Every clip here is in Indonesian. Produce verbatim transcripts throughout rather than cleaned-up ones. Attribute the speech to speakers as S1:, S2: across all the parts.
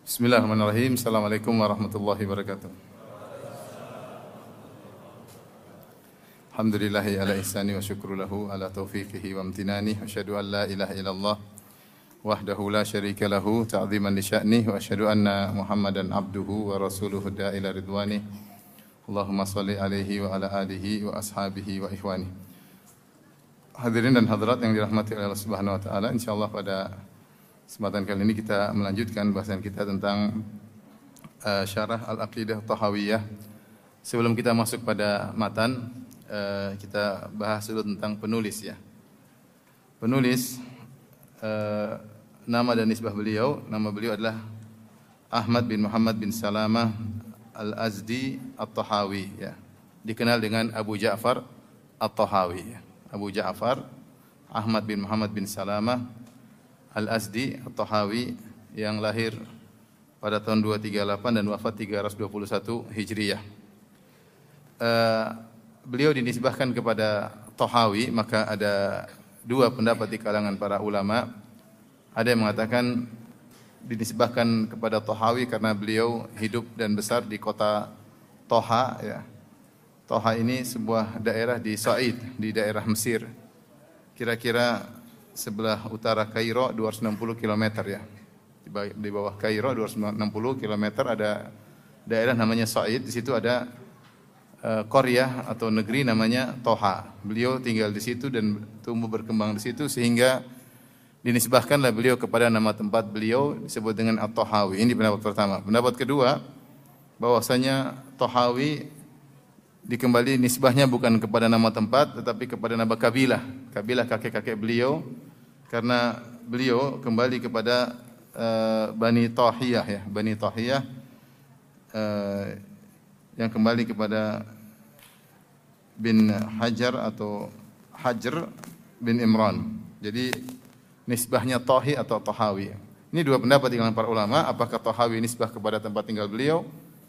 S1: Bismillahirrahmanirrahim. Assalamualaikum warahmatullahi wabarakatuh. Alhamdulillahi ala ihsani wa syukru lahu ala taufiqihi wa amtinani. Wa asyhadu an la ilaha illallah wahdahu la syarika lahu ta'ziman li sya'nih. Wa asyhadu anna Muhammadan abduhu wa rasuluhu da'ila ridwani. Allahumma salli alaihi wa ala alihi wa ashabihi wa ikhwani. Hadirin dan hadirat yang dirahmati oleh Allah Subhanahu wa taala, insyaallah pada kesempatan kali ini kita melanjutkan bahasan kita tentang uh, syarah Al-Aqidah Thahawiyah. Sebelum kita masuk pada matan, uh, kita bahas dulu tentang penulis ya. Penulis uh, nama dan nisbah beliau, nama beliau adalah Ahmad bin Muhammad bin Salamah Al-Azdi At-Tahawi ya. Dikenal dengan Abu Ja'far At-Tahawi ya. Abu Ja'far Ahmad bin Muhammad bin Salamah Al-Azdi At-Tahawi yang lahir pada tahun dua ratus tiga puluh delapan dan wafat tiga ratus dua puluh satu Hijriyah. Uh, beliau dinisbahkan kepada Tahawi, maka ada dua pendapat di kalangan para ulama. Ada yang mengatakan dinisbahkan kepada Tahawi karena beliau hidup dan besar di kota Toha ya. Toha ini sebuah daerah di Sa'id, di daerah Mesir. Kira-kira sebelah utara Kairo dua ratus enam puluh kilometer ya. Di bawah Kairo dua ratus enam puluh kilometer ada daerah namanya Sa'id. Di situ ada uh, qaryah atau negeri namanya Toha. Beliau tinggal di situ dan tumbuh berkembang di situ sehingga dinisbahkanlah beliau kepada nama tempat beliau disebut dengan At-Tahawi. Ini pendapat pertama. Pendapat kedua, bahwasanya Tahawi dikembali nisbahnya bukan kepada nama tempat tetapi kepada nama kabilah, kabilah kakek-kakek beliau, karena beliau kembali kepada uh, Bani Tahiyah ya, Bani Tahiyah uh, yang kembali kepada bin Hajar atau Hajr bin Imran. Jadi nisbahnya Tahi atau Tahawi. Ini dua pendapat di kalangan para ulama, apakah Tahawi nisbah kepada tempat tinggal beliau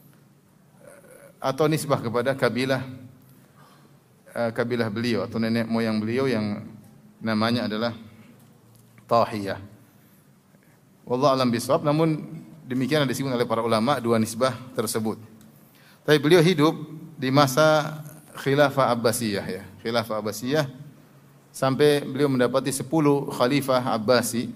S1: atau nisbah kepada kabilah uh, kabilah beliau atau nenek moyang beliau yang namanya adalah Tahiyah. Wallahu a'lam bishawab. Namun demikian disebut oleh para ulama dua nisbah tersebut. Tapi beliau hidup di masa Khilafah Abbasiyah ya. Khilafah Abbasiyah sampai beliau mendapati sepuluh khalifah Abbasi.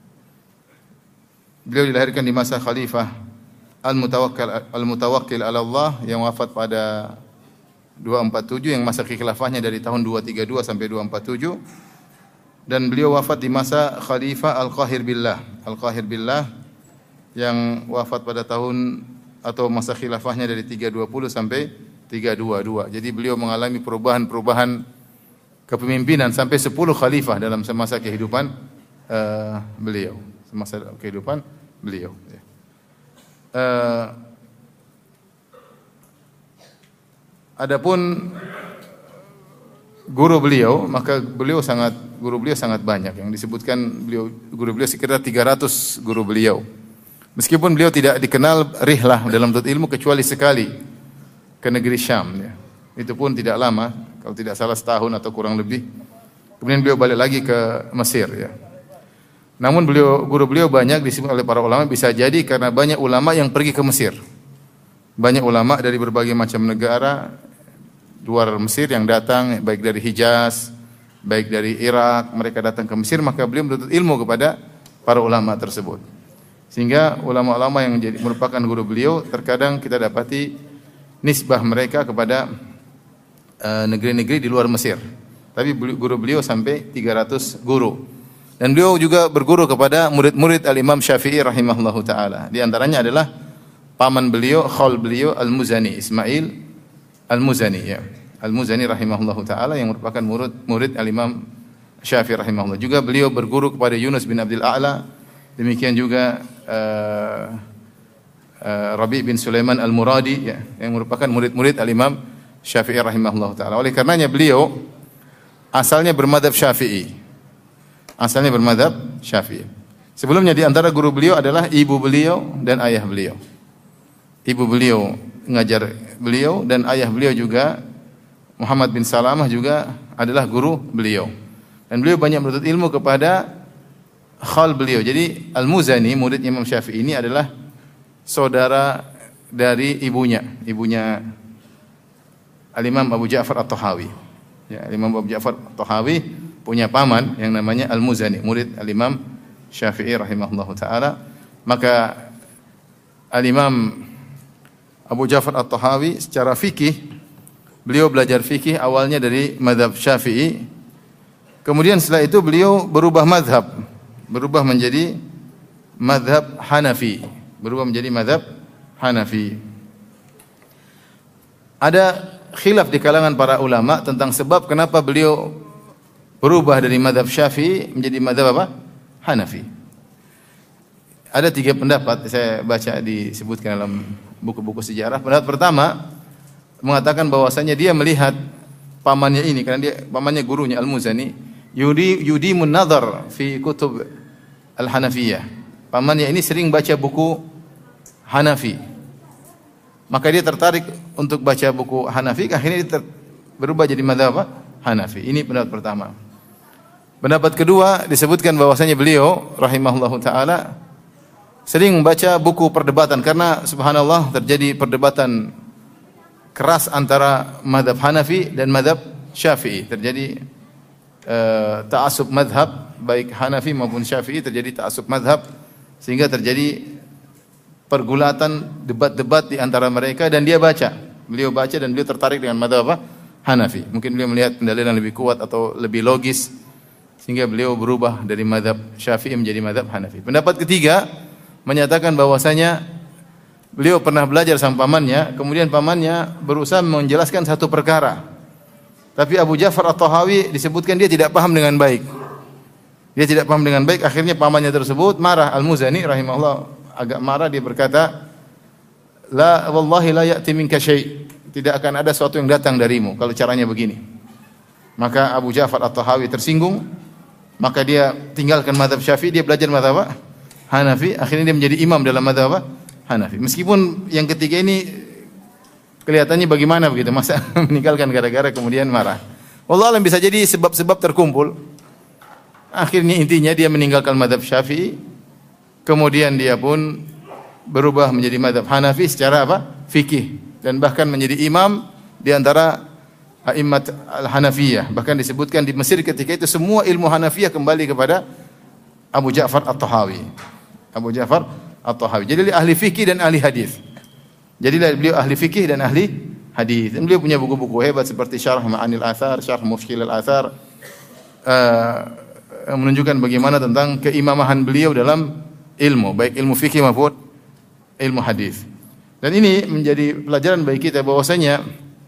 S1: Beliau dilahirkan di masa Khalifah Al-Mutawakkil Al-Mutawakkil ala Allah yang wafat pada dua ratus empat puluh tujuh, yang masa kekhilafahnya dari tahun dua ratus tiga puluh dua sampai dua ratus empat puluh tujuh, dan beliau wafat di masa Khalifah Al-Qahir Billah Al-Qahir Billah yang wafat pada tahun atau masa khilafahnya dari tiga ratus dua puluh sampai tiga ratus dua puluh dua. Jadi beliau mengalami perubahan-perubahan kepemimpinan sampai sepuluh khalifah dalam semasa kehidupan uh, beliau, semasa kehidupan beliau ya. Uh, adapun guru beliau, maka beliau sangat guru beliau sangat banyak, yang disebutkan beliau guru beliau sekitar tiga ratus guru beliau. Meskipun beliau tidak dikenal rihlah dalam menuntut ilmu kecuali sekali ke negeri Syam ya. Itu pun tidak lama, kalau tidak salah setahun atau kurang lebih. Kemudian beliau balik lagi ke Mesir ya. Namun beliau guru beliau banyak disebut oleh para ulama, bisa jadi karena banyak ulama yang pergi ke Mesir. Banyak ulama dari berbagai macam negara luar Mesir yang datang, baik dari Hijaz, baik dari Irak, mereka datang ke Mesir, maka beliau menuntut ilmu kepada para ulama tersebut. Sehingga ulama-ulama yang jadi, merupakan guru beliau, terkadang kita dapati nisbah mereka kepada uh, negeri-negeri di luar Mesir. Tapi guru beliau sampai tiga ratus guru. Dan beliau juga berguru kepada murid-murid Al-Imam Syafi'i rahimahullahu taala. Di antaranya adalah paman beliau, khal beliau Al-Muzani, Ismail Al-Muzani ya. Al-Muzani rahimahullahu taala yang merupakan murid murid Al-Imam Syafi'i rahimahullah. Juga beliau berguru kepada Yunus bin Abdul A'la. Demikian juga uh, uh, Rabi' bin Sulaiman Al-Muradi ya, yang merupakan murid-murid Al-Imam Syafi'i rahimahullahu taala. Oleh karenanya beliau asalnya bermadzhab Syafi'i. Asalnya bermadzhab Syafi'i. Sebelumnya di antara guru beliau adalah ibu beliau dan ayah beliau. Ibu beliau ngajar beliau dan ayah beliau juga Muhammad bin Salamah juga adalah guru beliau. Dan beliau banyak menuntut ilmu kepada khal beliau. Jadi Al-Muzani, murid Imam Syafi'i ini adalah saudara dari ibunya, ibunya Al-Imam Abu Ja'far At-Tahawi. Ya, Al-Imam Abu Ja'far At-Tahawi punya paman yang namanya Al-Muzani, murid Al-Imam Syafi'i rahimahullahu taala. Maka Al-Imam Abu Ja'far At-Tahawi secara fikih, beliau belajar fikih awalnya dari mazhab Syafi'i. Kemudian setelah itu beliau berubah mazhab, berubah menjadi mazhab Hanafi, berubah menjadi mazhab Hanafi. Ada khilaf di kalangan para ulama tentang sebab kenapa beliau berubah dari mazhab Syafi'i menjadi mazhab apa? Hanafi. Ada tiga pendapat, saya baca disebutkan dalam buku-buku sejarah. Pendapat pertama mengatakan bahwasanya dia melihat pamannya ini, karena dia pamannya gurunya Al-Muzani, yudi yudimun nazar fi kutub Al-Hanafiyah. Pamannya ini sering baca buku Hanafi. Maka dia tertarik untuk baca buku Hanafi, akhirnya dia ter, berubah jadi mazhab apa? Hanafi. Ini pendapat pertama. Pendapat kedua disebutkan bahwasanya beliau rahimahullahu taala sering membaca buku perdebatan, karena subhanallah terjadi perdebatan keras antara mazhab Hanafi dan mazhab Syafi'i. Terjadi uh, ta'assub mazhab, baik Hanafi maupun Syafi'i terjadi ta'assub mazhab, sehingga terjadi pergulatan, debat-debat di antara mereka, dan dia baca. Beliau baca dan beliau tertarik dengan mazhab apa? Hanafi. Mungkin beliau melihat pendalilan lebih kuat atau lebih logis, sehingga beliau berubah dari mazhab Syafi'i menjadi mazhab Hanafi. Pendapat ketiga menyatakan bahwasanya beliau pernah belajar sama pamannya, kemudian pamannya berusaha menjelaskan satu perkara, tapi Abu Ja'far At-Tahawi disebutkan dia tidak paham dengan baik. Dia tidak paham dengan baik, akhirnya pamannya tersebut marah. Al-Muzani rahimahullah agak marah, dia berkata, "La wallahi la ya'ti minka syai'." Tidak akan ada sesuatu yang datang darimu kalau caranya begini. Maka Abu Ja'far At-Tahawi tersinggung, maka dia tinggalkan mazhab Syafi'i, dia belajar mazhab apa? Hanafi. Akhirnya dia menjadi imam dalam mazhab apa? Hanafi. Meskipun yang ketiga ini kelihatannya bagaimana begitu, masa meninggalkan gara-gara kemudian marah. Wallahu alam, bisa jadi sebab-sebab terkumpul. Akhirnya intinya dia meninggalkan mazhab Syafi'i, kemudian dia pun berubah menjadi mazhab Hanafi secara apa? Fikih, dan bahkan menjadi imam di antara a'immat al-Hanafiyah. Bahkan disebutkan di Mesir ketika itu semua ilmu Hanafiyah kembali kepada Abu Ja'far At-Tahawi. Abu Ja'far At-Tahawi. Jadi ahli fikih dan ahli hadis. Jadi beliau ahli fikih dan ahli hadis. Dan beliau punya buku-buku hebat seperti Syarh Ma'anil Athar, Syarh Mushkil al-Athar, uh, menunjukkan bagaimana tentang keimamahan beliau dalam ilmu, baik ilmu fikih maupun ilmu hadis. Dan ini menjadi pelajaran bagi kita bahwasanya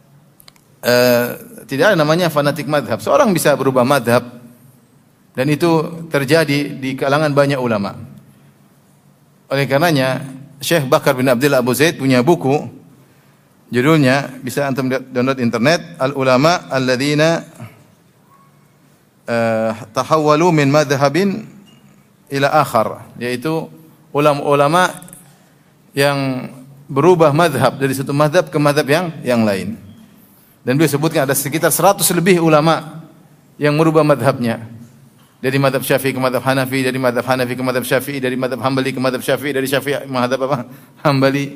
S1: uh, tidak ada namanya fanatik madhab. Seorang bisa berubah madhab, dan itu terjadi di kalangan banyak ulama. Oleh karenanya Syekh Bakar bin Abdullah Abu Zaid punya buku, judulnya bisa antum download internet, Al-Ulama Alladzina uh, tahawwalu min madhhabin ila akhar, yaitu ulama-ulama yang berubah madhab dari satu madhab ke madhab yang yang lain. Dan beliau sebutkan ada sekitar seratus lebih ulama yang merubah madhabnya, dari madhab Syafi'i ke madhab Hanafi, dari madhab Hanafi ke madhab Syafi'i, dari madhab Hambali ke madhab Syafi'i, dari Syafi'i ke madhab apa? Hambali.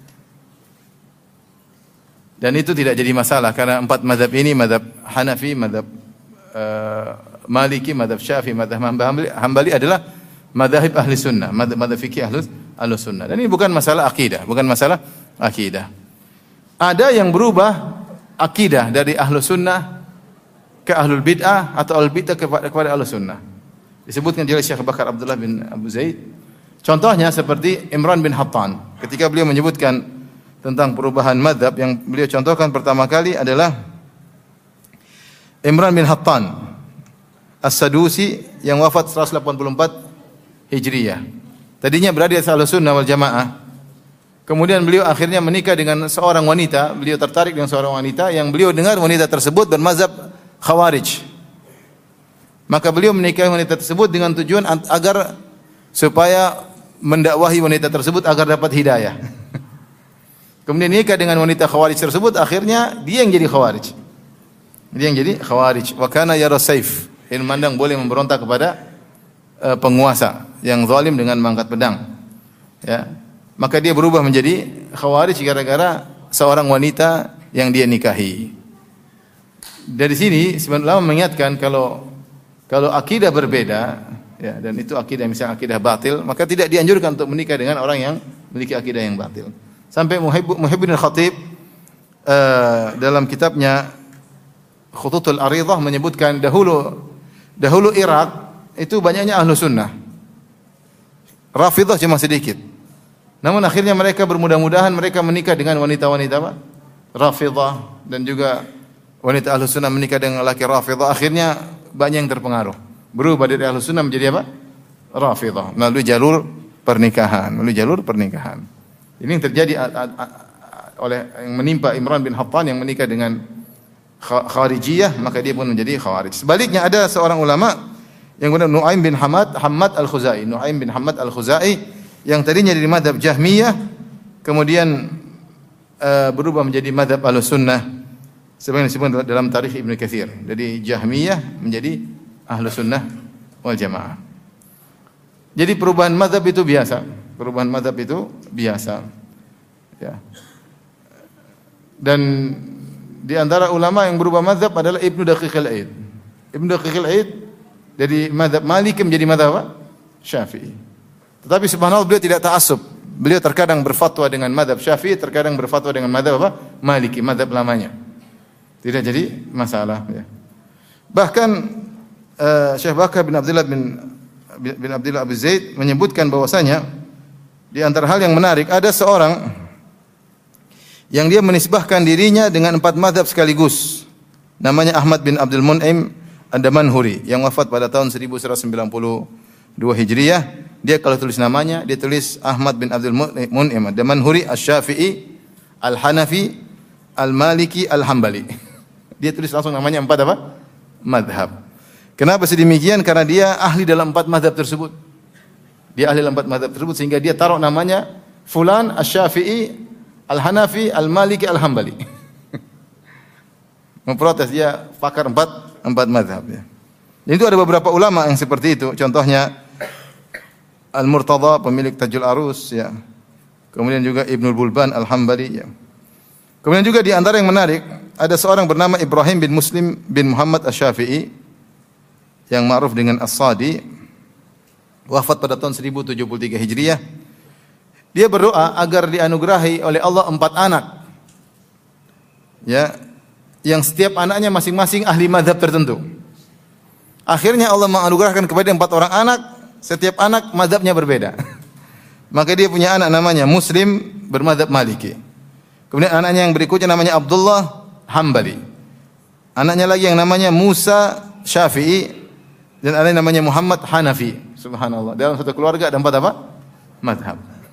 S1: Dan itu tidak jadi masalah, karena empat madhab ini, madhab Hanafi, madhab uh, Maliki, madhab Syafi'i, madhab Hambali, Hambali adalah madhab ahli sunnah, madhab, madhab fikih ahli, ahli sunnah. Dan ini bukan masalah akidah, bukan masalah akidah. Ada yang berubah akidah dari ahli sunnah ke ahlul bid'ah, atau ahlul bid'ah kepada, kepada ahlus sunnah. Disebutkan oleh Syekh Bakar Abdullah bin Abu Zaid. Contohnya seperti Imran bin Hattan. Ketika beliau menyebutkan tentang perubahan madhab, yang beliau contohkan pertama kali adalah Imran bin Hattan As-Sadusi yang wafat seratus delapan puluh empat Hijriyah. Tadinya berada di ahlus sunnah wal jamaah. Kemudian beliau akhirnya menikah dengan seorang wanita. Beliau tertarik dengan seorang wanita yang beliau dengar wanita tersebut bermazhab Khawarij. Maka beliau menikahi wanita tersebut dengan tujuan agar supaya mendakwahi wanita tersebut agar dapat hidayah. Kemudian nikah dengan wanita Khawarij tersebut, akhirnya dia yang jadi Khawarij. Dia yang jadi Khawarij. Wa kana yara saif, yang memandang boleh memberontak kepada uh, penguasa yang zalim dengan mangkat pedang. Ya. maka dia berubah menjadi khawarij gara-gara seorang wanita yang dia nikahi. Dari sini sebagian ulama mengingatkan kalau kalau akidah berbeda, ya, dan itu akidah misalnya akidah batil, maka tidak dianjurkan untuk menikah dengan orang yang memiliki akidah yang batil. Sampai Muhyiddin Al-Khatib uh, dalam kitabnya Khututul Aridah menyebutkan dahulu dahulu Irak itu banyaknya ahlu sunnah, Rafidah cuma sedikit. Namun akhirnya mereka bermudah-mudahan mereka menikah dengan wanita-wanita apa? Rafidah, dan juga wanita ahlu sunnah menikah dengan laki Rafidah. Akhirnya banyak yang terpengaruh, berubah dari ahlu sunnah menjadi apa? Rafidah, melalui jalur pernikahan, melalui jalur pernikahan. Ini yang terjadi oleh yang menimpa Imran bin Hattan yang menikah dengan Kharijiyah, maka dia pun menjadi khawarij. Sebaliknya ada seorang ulama yang bernama Nuaim bin Hamad Hamad Al-Khuzai. Nuaim bin Hamad Al-Khuzai yang tadinya dari mazhab Jahmiyah kemudian uh, berubah menjadi mazhab Ahlussunnah. Sebenarnya disebut dalam tarikh Ibnu Katsir. Dari Jahmiyah menjadi Ahlussunnah wal Jamaah. Jadi perubahan mazhab itu biasa. Perubahan mazhab itu biasa. Ya. Dan di antara ulama yang berubah mazhab adalah Ibnu Daqiq al-Aid. Ibnu Daqiq al-Aid dari mazhab Maliki menjadi mazhab apa? Syafi'i. Tetapi subhanallah beliau tidak ta'assub. Beliau terkadang berfatwa dengan mazhab Syafi'i, terkadang berfatwa dengan mazhab apa? Maliki, mazhab lamanya. Tidak jadi masalah, ya. Bahkan uh, Syekh Bakar bin Abdullah bin bin Abdullah Abu Zaid menyebutkan bahwasanya di antara hal yang menarik ada seorang yang dia menisbahkan dirinya dengan empat mazhab sekaligus. Namanya Ahmad bin Abdul Mun'im Ad-Damanhuri yang wafat pada tahun seribu seratus sembilan puluh dua Hijriah. Dia kalau tulis namanya, dia tulis Ahmad bin Abdul Mun'im Ad-Damanhuri Asy-Syafi'i, Al-Hanafi, Al-Maliki, Al-Hambali. Dia tulis langsung namanya empat apa? Madhab. Kenapa sedemikian? Karena dia ahli dalam empat madhab tersebut. Dia ahli dalam empat madhab tersebut sehingga dia taruh namanya Fulan Asy-Syafi'i, Al-Hanafi, Al-Maliki, Al-Hambali. Memprotes dia pakar empat empat madhab, ya. Itu ada beberapa ulama yang seperti itu. Contohnya Al-Murtada pemilik Tajul Arus, ya. Kemudian juga Ibnul Bulban Al-Hambali, ya. Kemudian juga di antara yang menarik ada seorang bernama Ibrahim bin Muslim bin Muhammad Asy-Syafi'i yang ma'ruf dengan As-Sadi, wafat pada tahun seribu tujuh puluh tiga Hijriah. Dia berdoa agar dianugerahi oleh Allah empat anak, ya, yang setiap anaknya masing-masing ahli mazhab tertentu. Akhirnya Allah menganugerahkan kepada empat orang anak, setiap anak mazhabnya berbeda. Maka dia punya anak namanya Muslim bermazhab Maliki. Kemudian anaknya yang berikutnya namanya Abdullah Hambali. Anaknya lagi yang namanya Musa Syafi'i, dan anaknya namanya Muhammad Hanafi. Subhanallah. Dalam satu keluarga ada empat apa? Mazhab.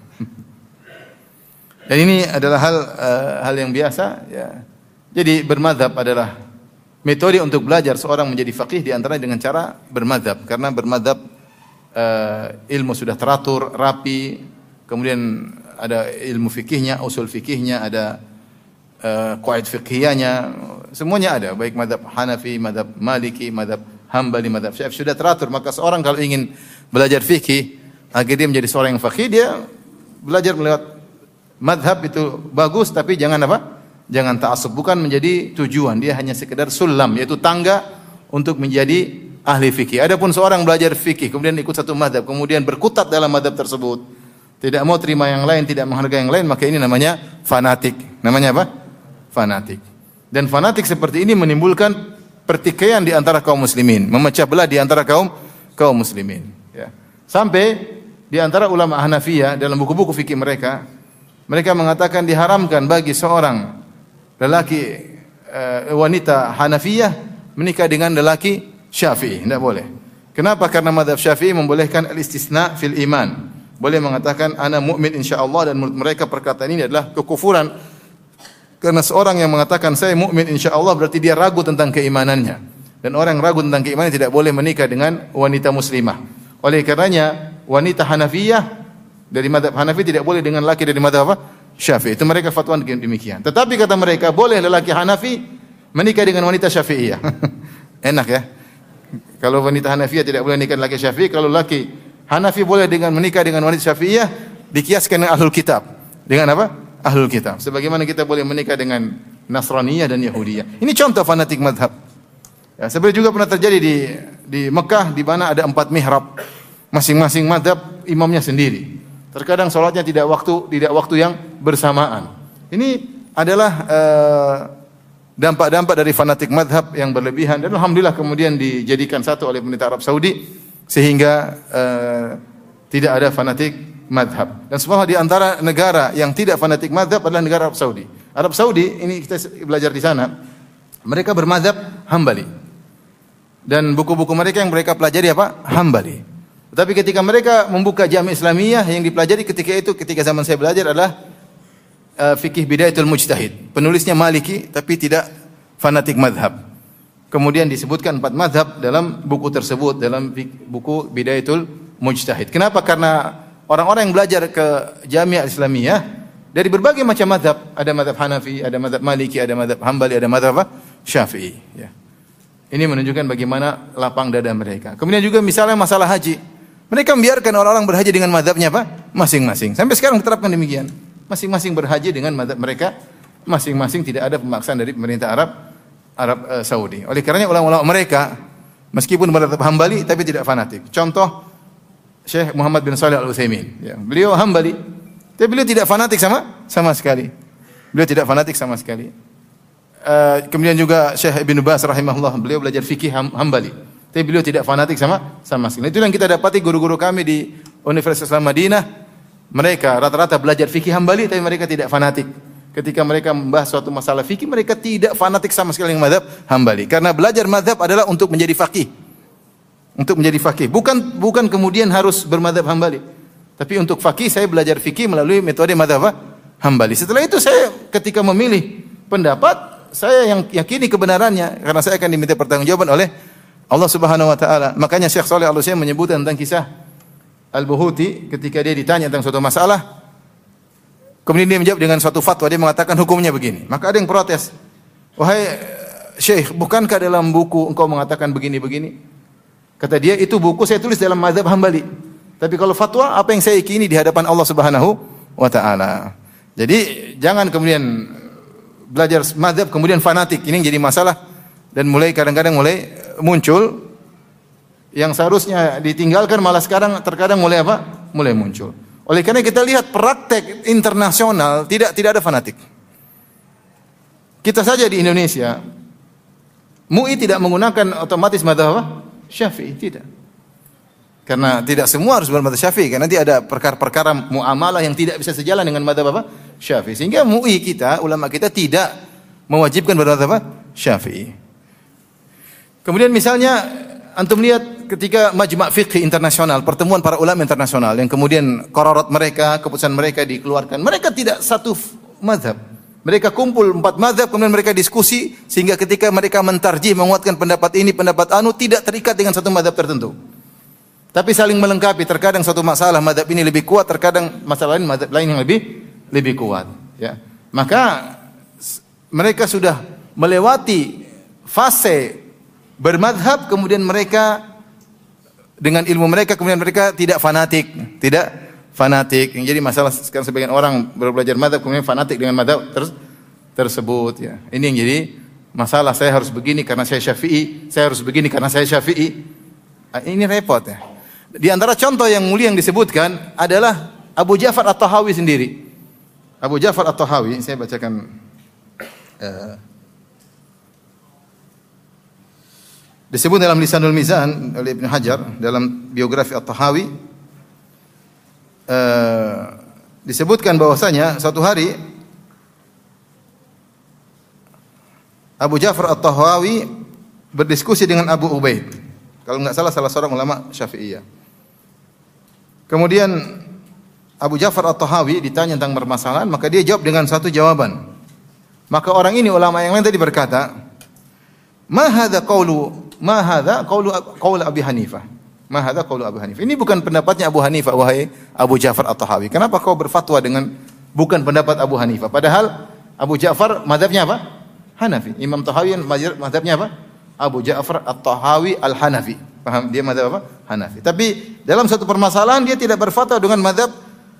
S1: Dan ini adalah hal uh, hal yang biasa, ya. Jadi bermadzhab adalah metode untuk belajar seorang menjadi faqih di antaranya dengan cara bermadzhab. Karena bermadzhab uh, ilmu sudah teratur, rapi, kemudian ada ilmu fikihnya, usul fikihnya, ada uh, qawaid fiqhiyahnya, semuanya ada, baik mazhab Hanafi, mazhab Maliki, mazhab Hambali, mazhab Syafi'i sudah teratur. Maka seorang kalau ingin belajar fikih agar dia menjadi seorang yang faqih, dia belajar melewat mazhab itu bagus, tapi jangan apa? Jangan ta'assub, bukan menjadi tujuan, dia hanya sekedar sulam, yaitu tangga untuk menjadi ahli fikih. Adapun seorang belajar fikih kemudian ikut satu mazhab, kemudian berkutat dalam mazhab tersebut, tidak mau terima yang lain, tidak menghargai yang lain, maka ini namanya fanatik. Namanya apa? Fanatik. Dan fanatik seperti ini menimbulkan pertikaian di antara kaum muslimin, memecah belah di antara kaum kaum muslimin, ya. Sampai di antara ulama Hanafiyah dalam buku-buku fikih mereka, mereka mengatakan diharamkan bagi seorang lelaki uh, wanita Hanafiyah menikah dengan lelaki Syafi'i, tidak boleh. Kenapa? Karena mazhab Syafi'i membolehkan al-istisna fil iman. Boleh mengatakan ana mukmin insyaallah, dan menurut mereka perkataan ini adalah kekufuran. Karena seorang yang mengatakan saya mukmin insyaallah berarti dia ragu tentang keimanannya. Dan orang yang ragu tentang keimanan tidak boleh menikah dengan wanita muslimah. Oleh karenanya wanita Hanafiyah dari mazhab Hanafi tidak boleh dengan laki dari mazhab apa? Syafi'i. Itu mereka fatwa demikian. Tetapi kata mereka boleh lelaki Hanafi menikah dengan wanita Syafi'iyah. Enak ya. Kalau wanita Hanafiyah tidak boleh menikah dengan laki Syafi'i, kalau laki Hanafi boleh dengan menikah dengan wanita Syafi'iyah, dikiaskan dengan ahlul kitab. Dengan apa? Ahlul kitab. Sebagaimana kita boleh menikah dengan Nasraniyah dan Yahudiyah. Ini contoh fanatik madhab. Ya, sebenarnya juga pernah terjadi di di Mekah di mana ada empat mihrab. Masing-masing madhab imamnya sendiri. Terkadang sholatnya tidak waktu tidak waktu yang bersamaan. Ini adalah uh, dampak-dampak dari fanatik madhab yang berlebihan. Dan alhamdulillah kemudian dijadikan satu oleh pemerintah Arab Saudi sehingga uh, tidak ada fanatik madhab. Dan subhanallah di antara negara yang tidak fanatik madhab adalah negara Arab Saudi. Arab Saudi ini kita belajar di sana. Mereka bermadhab Hambali. Dan buku-buku mereka yang mereka pelajari apa? Hambali. Tapi ketika mereka membuka Jami' Islamiyah yang dipelajari ketika itu ketika zaman saya belajar adalah uh, fikih Bidayatul Mujtahid. Penulisnya Maliki tapi tidak fanatik madhab. Kemudian disebutkan empat madhab dalam buku tersebut dalam buku Bidayatul Mujtahid. Kenapa? Karena orang-orang yang belajar ke Jami' Islamiyah dari berbagai macam mazhab, ada mazhab Hanafi, ada mazhab Maliki, ada mazhab Hambali, ada mazhab apa? Syafi'i, ya. Ini menunjukkan bagaimana lapang dada mereka. Kemudian juga misalnya masalah haji. Mereka membiarkan orang-orang berhaji dengan mazhabnya apa? Masing-masing. Sampai sekarang diterapkan demikian. Masing-masing berhaji dengan mazhab mereka, masing-masing tidak ada pemaksaan dari pemerintah Arab Arab uh, Saudi. Oleh karenanya ulama-ulama mereka meskipun mazhab Hambali tapi tidak fanatik. Contoh Syekh Muhammad bin Shalih Al-Utsaimin, ya. Beliau Hambali, tapi beliau tidak fanatik sama sama sekali. Beliau tidak fanatik sama sekali. Uh, kemudian juga Syekh Ibnu Baz rahimahullah, beliau belajar fikih Hambali, tapi beliau tidak fanatik sama sama sekali. Itu yang kita dapati guru-guru kami di Universitas Islam Madinah, mereka rata-rata belajar fikih Hambali, tapi mereka tidak fanatik. Ketika mereka membahas suatu masalah fikih, mereka tidak fanatik sama sekali dengan mazhab Hambali, karena belajar mazhab adalah untuk menjadi faqih. Untuk menjadi faqih, bukan bukan kemudian harus bermadzhab Hambali. Tapi untuk faqih saya belajar fikih melalui metode madzhab Hambali. Setelah itu saya ketika memilih pendapat, saya yang yakini kebenarannya karena saya akan diminta pertanggungjawaban oleh Allah Subhanahu wa taala. Makanya Syekh Shalih Al-Utsaimin menyebut tentang kisah Al-Buhuti ketika dia ditanya tentang suatu masalah, kemudian dia menjawab dengan suatu fatwa, dia mengatakan hukumnya begini. Maka ada yang protes. Wahai Syekh, bukankah dalam buku engkau mengatakan begini-begini? Kata dia, itu buku saya tulis dalam mazhab Hambali. Tapi kalau fatwa, apa yang saya yakini di hadapan Allah Subhanahu wa taala. Jadi jangan kemudian belajar mazhab kemudian fanatik. Ini yang jadi masalah dan mulai kadang-kadang mulai muncul yang seharusnya ditinggalkan malah sekarang terkadang mulai apa? Mulai muncul. Oleh karena kita lihat praktek internasional tidak tidak ada fanatik. Kita saja di Indonesia M U I tidak menggunakan otomatis mazhab apa? Syafi'i, tidak. Karena tidak semua harus bermadzhab Syafi'i, karena nanti ada perkara-perkara muamalah yang tidak bisa sejalan dengan mazhab apa? Syafi'i. Sehingga M U I kita, ulama kita tidak mewajibkan bermadzhab apa? Syafi'i. Kemudian misalnya antum lihat ketika Majma' Fiqh Internasional, pertemuan para ulama internasional yang kemudian qararat mereka, keputusan mereka dikeluarkan, mereka tidak satu mazhab. Mereka kumpul empat mazhab, kemudian mereka diskusi sehingga ketika mereka mentarjih menguatkan pendapat ini, pendapat anu tidak terikat dengan satu mazhab tertentu. Tapi saling melengkapi. Terkadang satu masalah mazhab ini lebih kuat, terkadang masalah lain mazhab lain yang lebih lebih kuat, ya. Maka mereka sudah melewati fase bermadhab, kemudian mereka dengan ilmu mereka kemudian mereka tidak fanatik, tidak fanatik. Yang jadi masalah sekarang sebagian orang belajar mazhab kemudian fanatik dengan mazhab ter tersebut, ya. Ini yang jadi masalah. Saya harus begini karena saya Syafi'i, saya harus begini karena saya Syafi'i. Ini repot, ya. Di antara contoh yang mulia yang disebutkan adalah Abu Ja'far At-Tahawi sendiri. Abu Ja'far At-Tahawi, saya bacakan uh, disebut dalam Lisanul Mizan oleh Ibnu Hajar dalam biografi At-Tahawi. Uh, disebutkan bahwasanya suatu hari Abu Ja'far At-Tahawi berdiskusi dengan Abu Ubaid. Kalau enggak salah salah seorang ulama Syafi'iyah. Kemudian Abu Ja'far At-Tahawi ditanya tentang permasalahan, maka dia jawab dengan satu jawaban. Maka orang ini ulama yang lain tadi berkata, "Ma hadza qaulu ma hadza qaulu qaul Abi Hanifah." Ma hadza qaulu Abu Hanifah. Ini bukan pendapatnya Abu Hanifah, wahai Abu Ja'far At-Tahawi. Kenapa kau berfatwa dengan bukan pendapat Abu Hanifah? Padahal Abu Ja'far mazhabnya apa? Hanafi. Imam Tahawi mazhabnya apa? Abu Ja'far At-Tahawi Al-Hanafi. Paham? Dia mazhab apa? Hanafi. Tapi dalam satu permasalahan dia tidak berfatwa dengan mazhab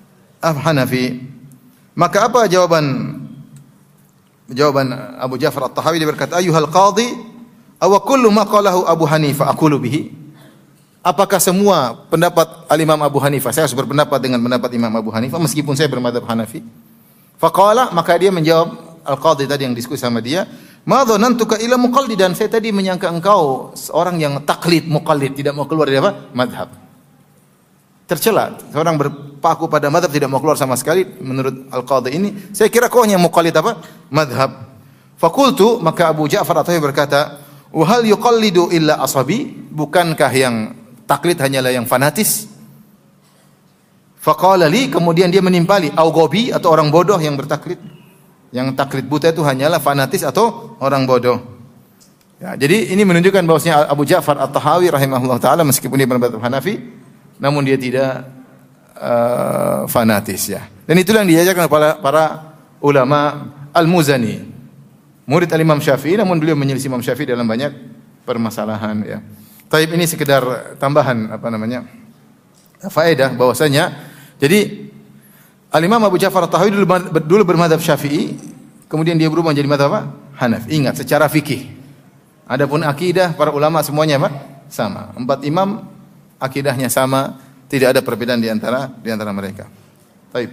S1: Hanafi. Maka apa jawaban jawaban Abu Ja'far At-Tahawi? Dia berkata, "Ayyuhal qadhi, aw kullu ma qalahu Abu Hanifah aqulu bihi?" Apakah semua pendapat Al-Imam Abu Hanifah, saya harus berpendapat dengan pendapat Imam Abu Hanifah meskipun saya bermadzhab Hanafi? Faqala, maka dia menjawab, Al-Qadhi tadi yang diskusi sama dia, "Ma dhanantuka ila muqallidan." Saya tadi menyangka engkau seorang yang taklid, muqallid, tidak mau keluar dari apa? Madhab. Tercela, seorang berpaku pada madhab tidak mau keluar sama sekali menurut Al-Qadhi ini. Saya kira kau hanya muqallid apa? Madhab. Fakultu, maka Abu Ja'far At-Tahawi berkata, "Wa hal yuqallidu illa asabi?" Bukankah yang taklid hanyalah yang fanatis? Faqala li, kemudian dia menimpali, au gobi, atau orang bodoh yang bertaklid. Yang taklid buta itu hanyalah fanatis atau orang bodoh. Ya, jadi ini menunjukkan bahwasanya Abu Ja'far At-Tahawi rahimahullah taala meskipun dia bermadzhab Hanafi, namun dia tidak uh, fanatis ya. Dan itulah yang diajarkan oleh para ulama. Al-Muzani, murid Al-Imam Syafi'i, namun beliau menyelisih Imam Syafi'i dalam banyak permasalahan ya. Taib ini sekedar tambahan apa namanya? Faedah bahwasanya jadi Al-Imam Abu Ja'far At-Tahawi dulu, dulu bermadzhab Syafi'i, kemudian dia berubah menjadi madzhab apa? Hanafi. Ingat, secara fikih. Adapun akidah para ulama semuanya apa? Sama. Empat imam akidahnya sama, tidak ada perbedaan di antara di antara mereka. Baik.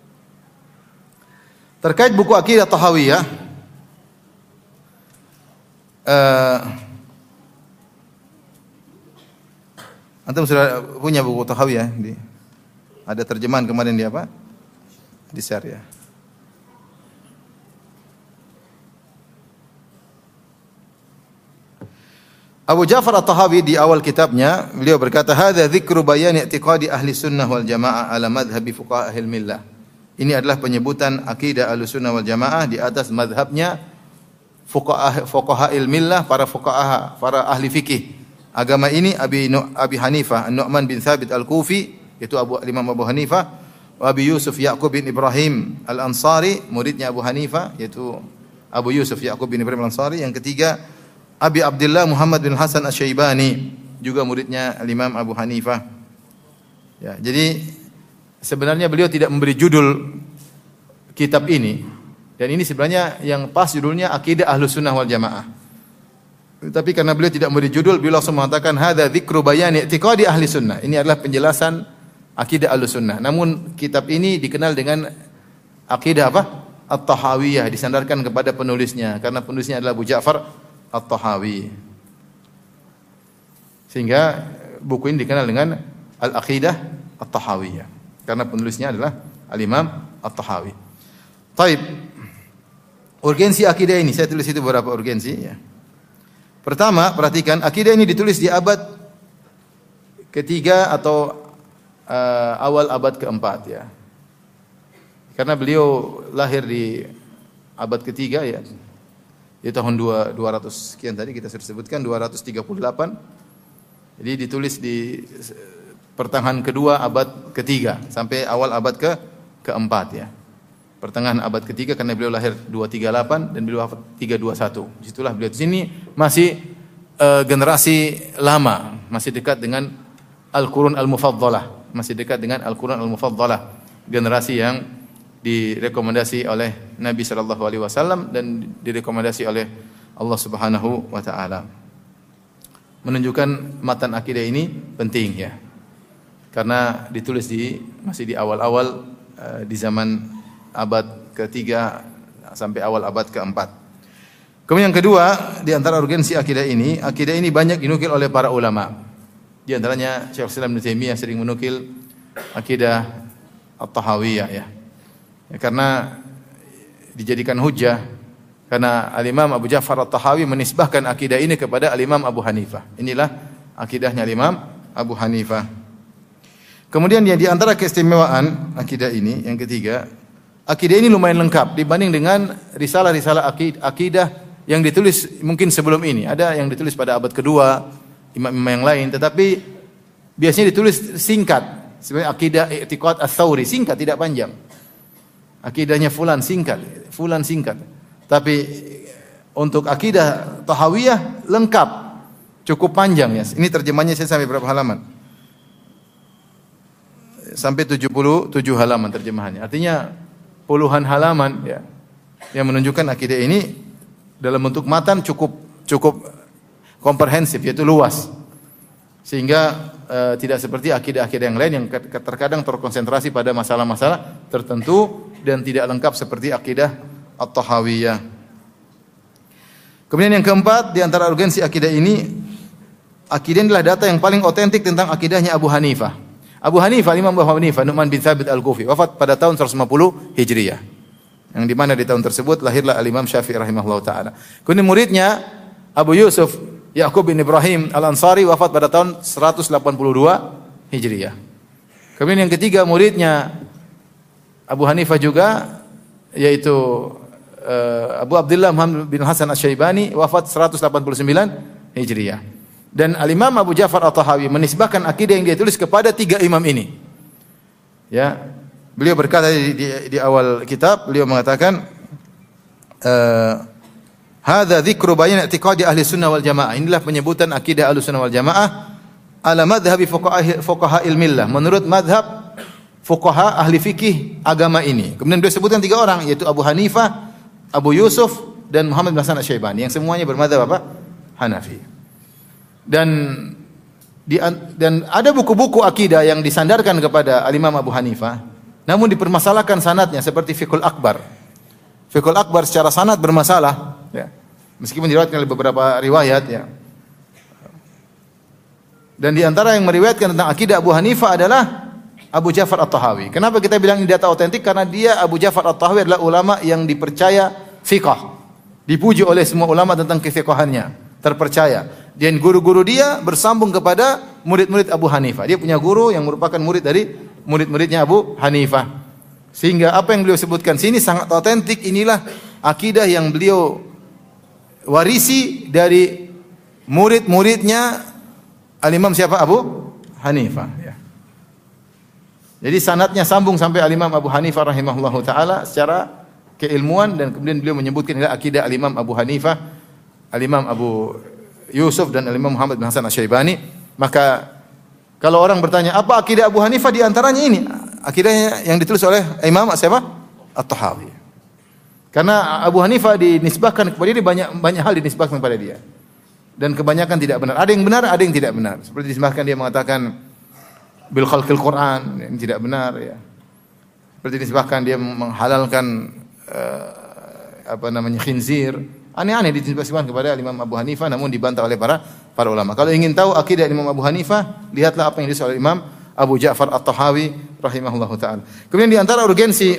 S1: Terkait buku akidah Tahawiyah, uh, antum sudah punya buku Tahawiyah? Di, ada terjemahan kemarin di apa? Di share ya. Abu Ja'far At-Tahawi di awal kitabnya beliau berkata, "Hadza dzikru bayan i'tiqadi ahli sunnah wal jamaah ala madhhabi fuqaha'il millah." Ini adalah penyebutan akidah Ahlussunnah wal Jamaah di atas mazhabnya fuqaha fuqaha'il millah, para fuqaha, para ahli fikih agama ini. Abi Abi Hanifah An-Nu'man bin Thabit Al-Kufi, yaitu Abu Imam Abu Hanifah, wa Abi Yusuf Ya'qub bin Ibrahim Al-Ansari, muridnya Abu Hanifah, yaitu Abu Yusuf Ya'qub bin Ibrahim Al-Ansari. Yang ketiga, Abi Abdullah Muhammad bin Hasan Asy-Syaibani, juga muridnya Al-Imam Abu Hanifah. Ya, jadi sebenarnya beliau tidak memberi judul kitab ini, dan ini sebenarnya yang pas judulnya Akidah Ahlussunnah wal Jamaah. Tapi karena beliau tidak memberi judul, beliau langsung mengatakan hadza dzikru bayan i'tiqadi ahli sunnah. Ini adalah penjelasan akidah Ahlussunnah. Namun kitab ini dikenal dengan akidah apa? At-Tahawiyah, disandarkan kepada penulisnya karena penulisnya adalah Abu Ja'far At-Tahawi. Sehingga buku ini dikenal dengan Al-Aqidah At-Tahawiyah karena penulisnya adalah Al-Imam At-Tahawi. Taib. Urgensi akidah ini, saya tulis itu beberapa urgensi ya. Pertama, perhatikan akidah ini ditulis di abad ketiga atau uh, awal abad keempat ya. Karena beliau lahir di abad ketiga ya. Di tahun dua ratus sekian tadi kita sudah sebutkan, dua ratus tiga puluh delapan. Jadi ditulis di pertengahan kedua abad ketiga sampai awal abad ke keempat ya. Pertengahan abad ketiga karena beliau lahir dua ratus tiga puluh delapan dan beliau wafat tiga ratus dua puluh satu. Disitulah beliau di sini masih uh, generasi lama, masih dekat dengan Al-Qurun Al-Mufaddalah, masih dekat dengan Al-Qurun Al-Mufaddalah, generasi yang direkomendasi oleh Nabi sallallahu alaihi wasallam dan direkomendasi oleh Allah Subhanahu wa taala. Menunjukkan matan akidah ini penting ya. Karena ditulis di masih di awal-awal uh, di zaman abad ketiga sampai awal abad keempat. Kemudian yang kedua, di antara urgensi akidah ini, akidah ini banyak dinukil oleh para ulama. Di antaranya Syekhul Islam Ibnu Taimiyah sering menukil akidah At-Tahawiyah ya. Ya, karena dijadikan hujjah karena Al-Imam Abu Ja'far At-Tahawi menisbahkan akidah ini kepada Al-Imam Abu Hanifah. Inilah akidahnya Al-Imam Abu Hanifah. Kemudian yang di antara keistimewaan akidah ini yang ketiga, akidah ini lumayan lengkap dibanding dengan risalah-risalah akidah yang ditulis mungkin sebelum ini. Ada yang ditulis pada abad kedua, imam-imam yang lain, tetapi biasanya ditulis singkat. Sebenarnya akidah I'tiqad Ats-Tsauri singkat, tidak panjang. Akidahnya fulan singkat, fulan singkat. Tapi untuk akidah Tahawiyah lengkap, cukup panjang ya. Ini terjemahnya saya sampai berapa halaman? sampai tujuh puluh tujuh halaman terjemahannya. Artinya puluhan halaman ya. Yang menunjukkan akidah ini dalam bentuk matan cukup cukup komprehensif, yaitu luas. Sehingga uh, tidak seperti akidah-akidah yang lain yang terkadang terkonsentrasi pada masalah-masalah tertentu dan tidak lengkap seperti akidah At-Tahawiyah. Kemudian yang keempat di antara urgensi akidah ini, akidah inilah data yang paling otentik tentang akidahnya Abu Hanifah. Abu Hanifah, Imam Abu Hanifah, Nu'man bin Thabit Al-Kufi, wafat pada tahun seratus lima puluh Hijriah. Yang di mana di tahun tersebut lahirlah Al-Imam Syafi'i rahimahullah taala. Kemudian muridnya Abu Yusuf Ya'qub bin Ibrahim Al-Ansari wafat pada tahun seratus delapan puluh dua Hijriah. Kemudian yang ketiga muridnya Abu Hanifah juga yaitu uh, Abu Abdullah Muhammad bin Hasan Asy-Syaibani wafat seratus delapan puluh sembilan Hijriah. Dan Al-Imam Abu Ja'far At-Tahawi menisbahkan akidah yang dia tulis kepada tiga imam ini. Ya, beliau berkata di, di, di awal kitab, beliau mengatakan uh, hadza dzikru bayan i'tiqadi ahli sunnah wal jamaah. Inilah penyebutan akidah ahli sunnah wal jamaah ala madhhabi fuqaha fuqaha millah, menurut madhab fuqaha ahli fikih agama ini. Kemudian beliau sebutkan tiga orang, yaitu Abu Hanifah, Abu Yusuf dan Muhammad bin Hasan Asy-Syaibani, yang semuanya bermadzhab apa? Hanafi. Dan di, dan ada buku-buku akidah yang disandarkan kepada Al-Imam Abu Hanifah, namun dipermasalahkan sanadnya, seperti Fiqhul Akbar. Fiqhul Akbar secara sanad bermasalah, ya. Meskipun diriwayatkan oleh beberapa riwayat, ya. Dan di antara yang meriwayatkan tentang akidah Abu Hanifah adalah Abu Ja'far At-Tahawi. Kenapa kita bilang ini data otentik? Karena dia, Abu Ja'far At-Tahawi, adalah ulama yang dipercaya fiqh, dipuji oleh semua ulama tentang kefiqahannya, terpercaya. Dan guru-guru dia bersambung kepada murid-murid Abu Hanifah. Dia punya guru yang merupakan murid dari murid-muridnya Abu Hanifah. Sehingga apa yang beliau sebutkan sini sangat otentik. Inilah akidah yang beliau warisi dari murid-muridnya Al-Imam siapa? Abu Hanifah, ya. Jadi sanadnya sambung sampai Al-Imam Abu Hanifah rahimahullahu taala secara keilmuan, dan kemudian beliau menyebutkan inilah akidah Al-Imam Abu Hanifah, Al-Imam Abu Yusuf dan Al-Imam Muhammad bin Hasan Asy-Syaibani. Maka kalau orang bertanya apa akidah Abu Hanifah, di antaranya ini akidahnya yang ditulis oleh Imam siapa? At-Tahawi. Karena Abu Hanifah dinisbahkan kepada dia, banyak banyak hal dinisbahkan kepada dia. Dan kebanyakan tidak benar. Ada yang benar, ada yang tidak benar. Seperti dinisbahkan dia mengatakan bil khalqil Quran, yang tidak benar, ya. Seperti dinisbahkan dia menghalalkan uh, apa namanya khinzir. Aneh-aneh dinisbahkan kepada Imam Abu Hanifah, namun dibantah oleh para para ulama. Kalau ingin tahu akidah Imam Abu Hanifah, lihatlah apa yang ditulis oleh Imam Abu Ja'far At-Tahawi rahimahullahu taala. Kemudian di antara urgensi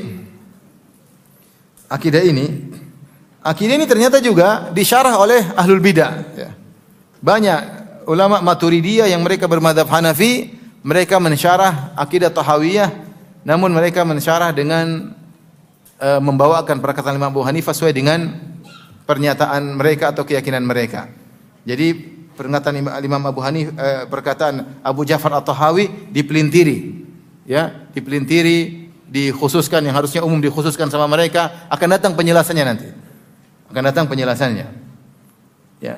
S1: akidah ini, akidah ini ternyata juga disyarah oleh ahlul bidah, ya. Banyak ulama Maturidiyah yang mereka bermadzhab Hanafi, mereka mensyarah akidah Tahawiyah, namun mereka mensyarah dengan uh, membawakan perkataan Imam Abu Hanifah sesuai dengan pernyataan mereka atau keyakinan mereka. Jadi perkataan Imam Abu Hanifah, eh, perkataan Abu Ja'far At-Tahawi dipelintiri, ya, dipelintiri, dikhususkan yang harusnya umum dikhususkan sama mereka, akan datang penjelasannya nanti. Akan datang penjelasannya. Ya.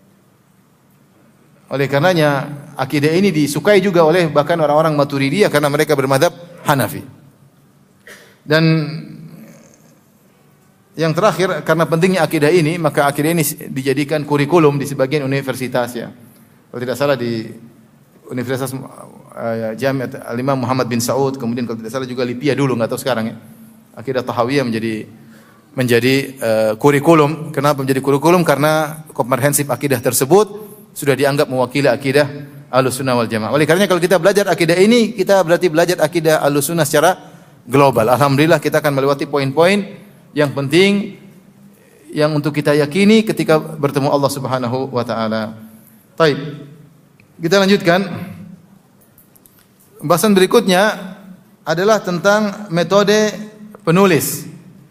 S1: Oleh karenanya akidah ini disukai juga oleh bahkan orang-orang Maturidiyah karena mereka bermadzhab Hanafi. Dan yang terakhir, karena pentingnya akidah ini, maka akidah ini dijadikan kurikulum di sebagian universitas, ya. Kalau tidak salah di Universitas uh, Jami'at Al-Imam Muhammad bin Saud, kemudian kalau tidak salah juga Lipia dulu, enggak tahu sekarang, ya. Akidah Tahawiyah menjadi menjadi uh, kurikulum. Kenapa menjadi kurikulum? Karena komprehensif akidah tersebut sudah dianggap mewakili akidah Ahlussunnah wal Jamaah. Oleh karenanya kalau kita belajar akidah ini, kita berarti belajar akidah Ahlussunnah secara global. Alhamdulillah kita akan melewati poin-poin yang penting yang untuk kita yakini ketika bertemu Allah Subhanahu wa taala. Baik. Kita lanjutkan. Pembahasan berikutnya adalah tentang metode penulis.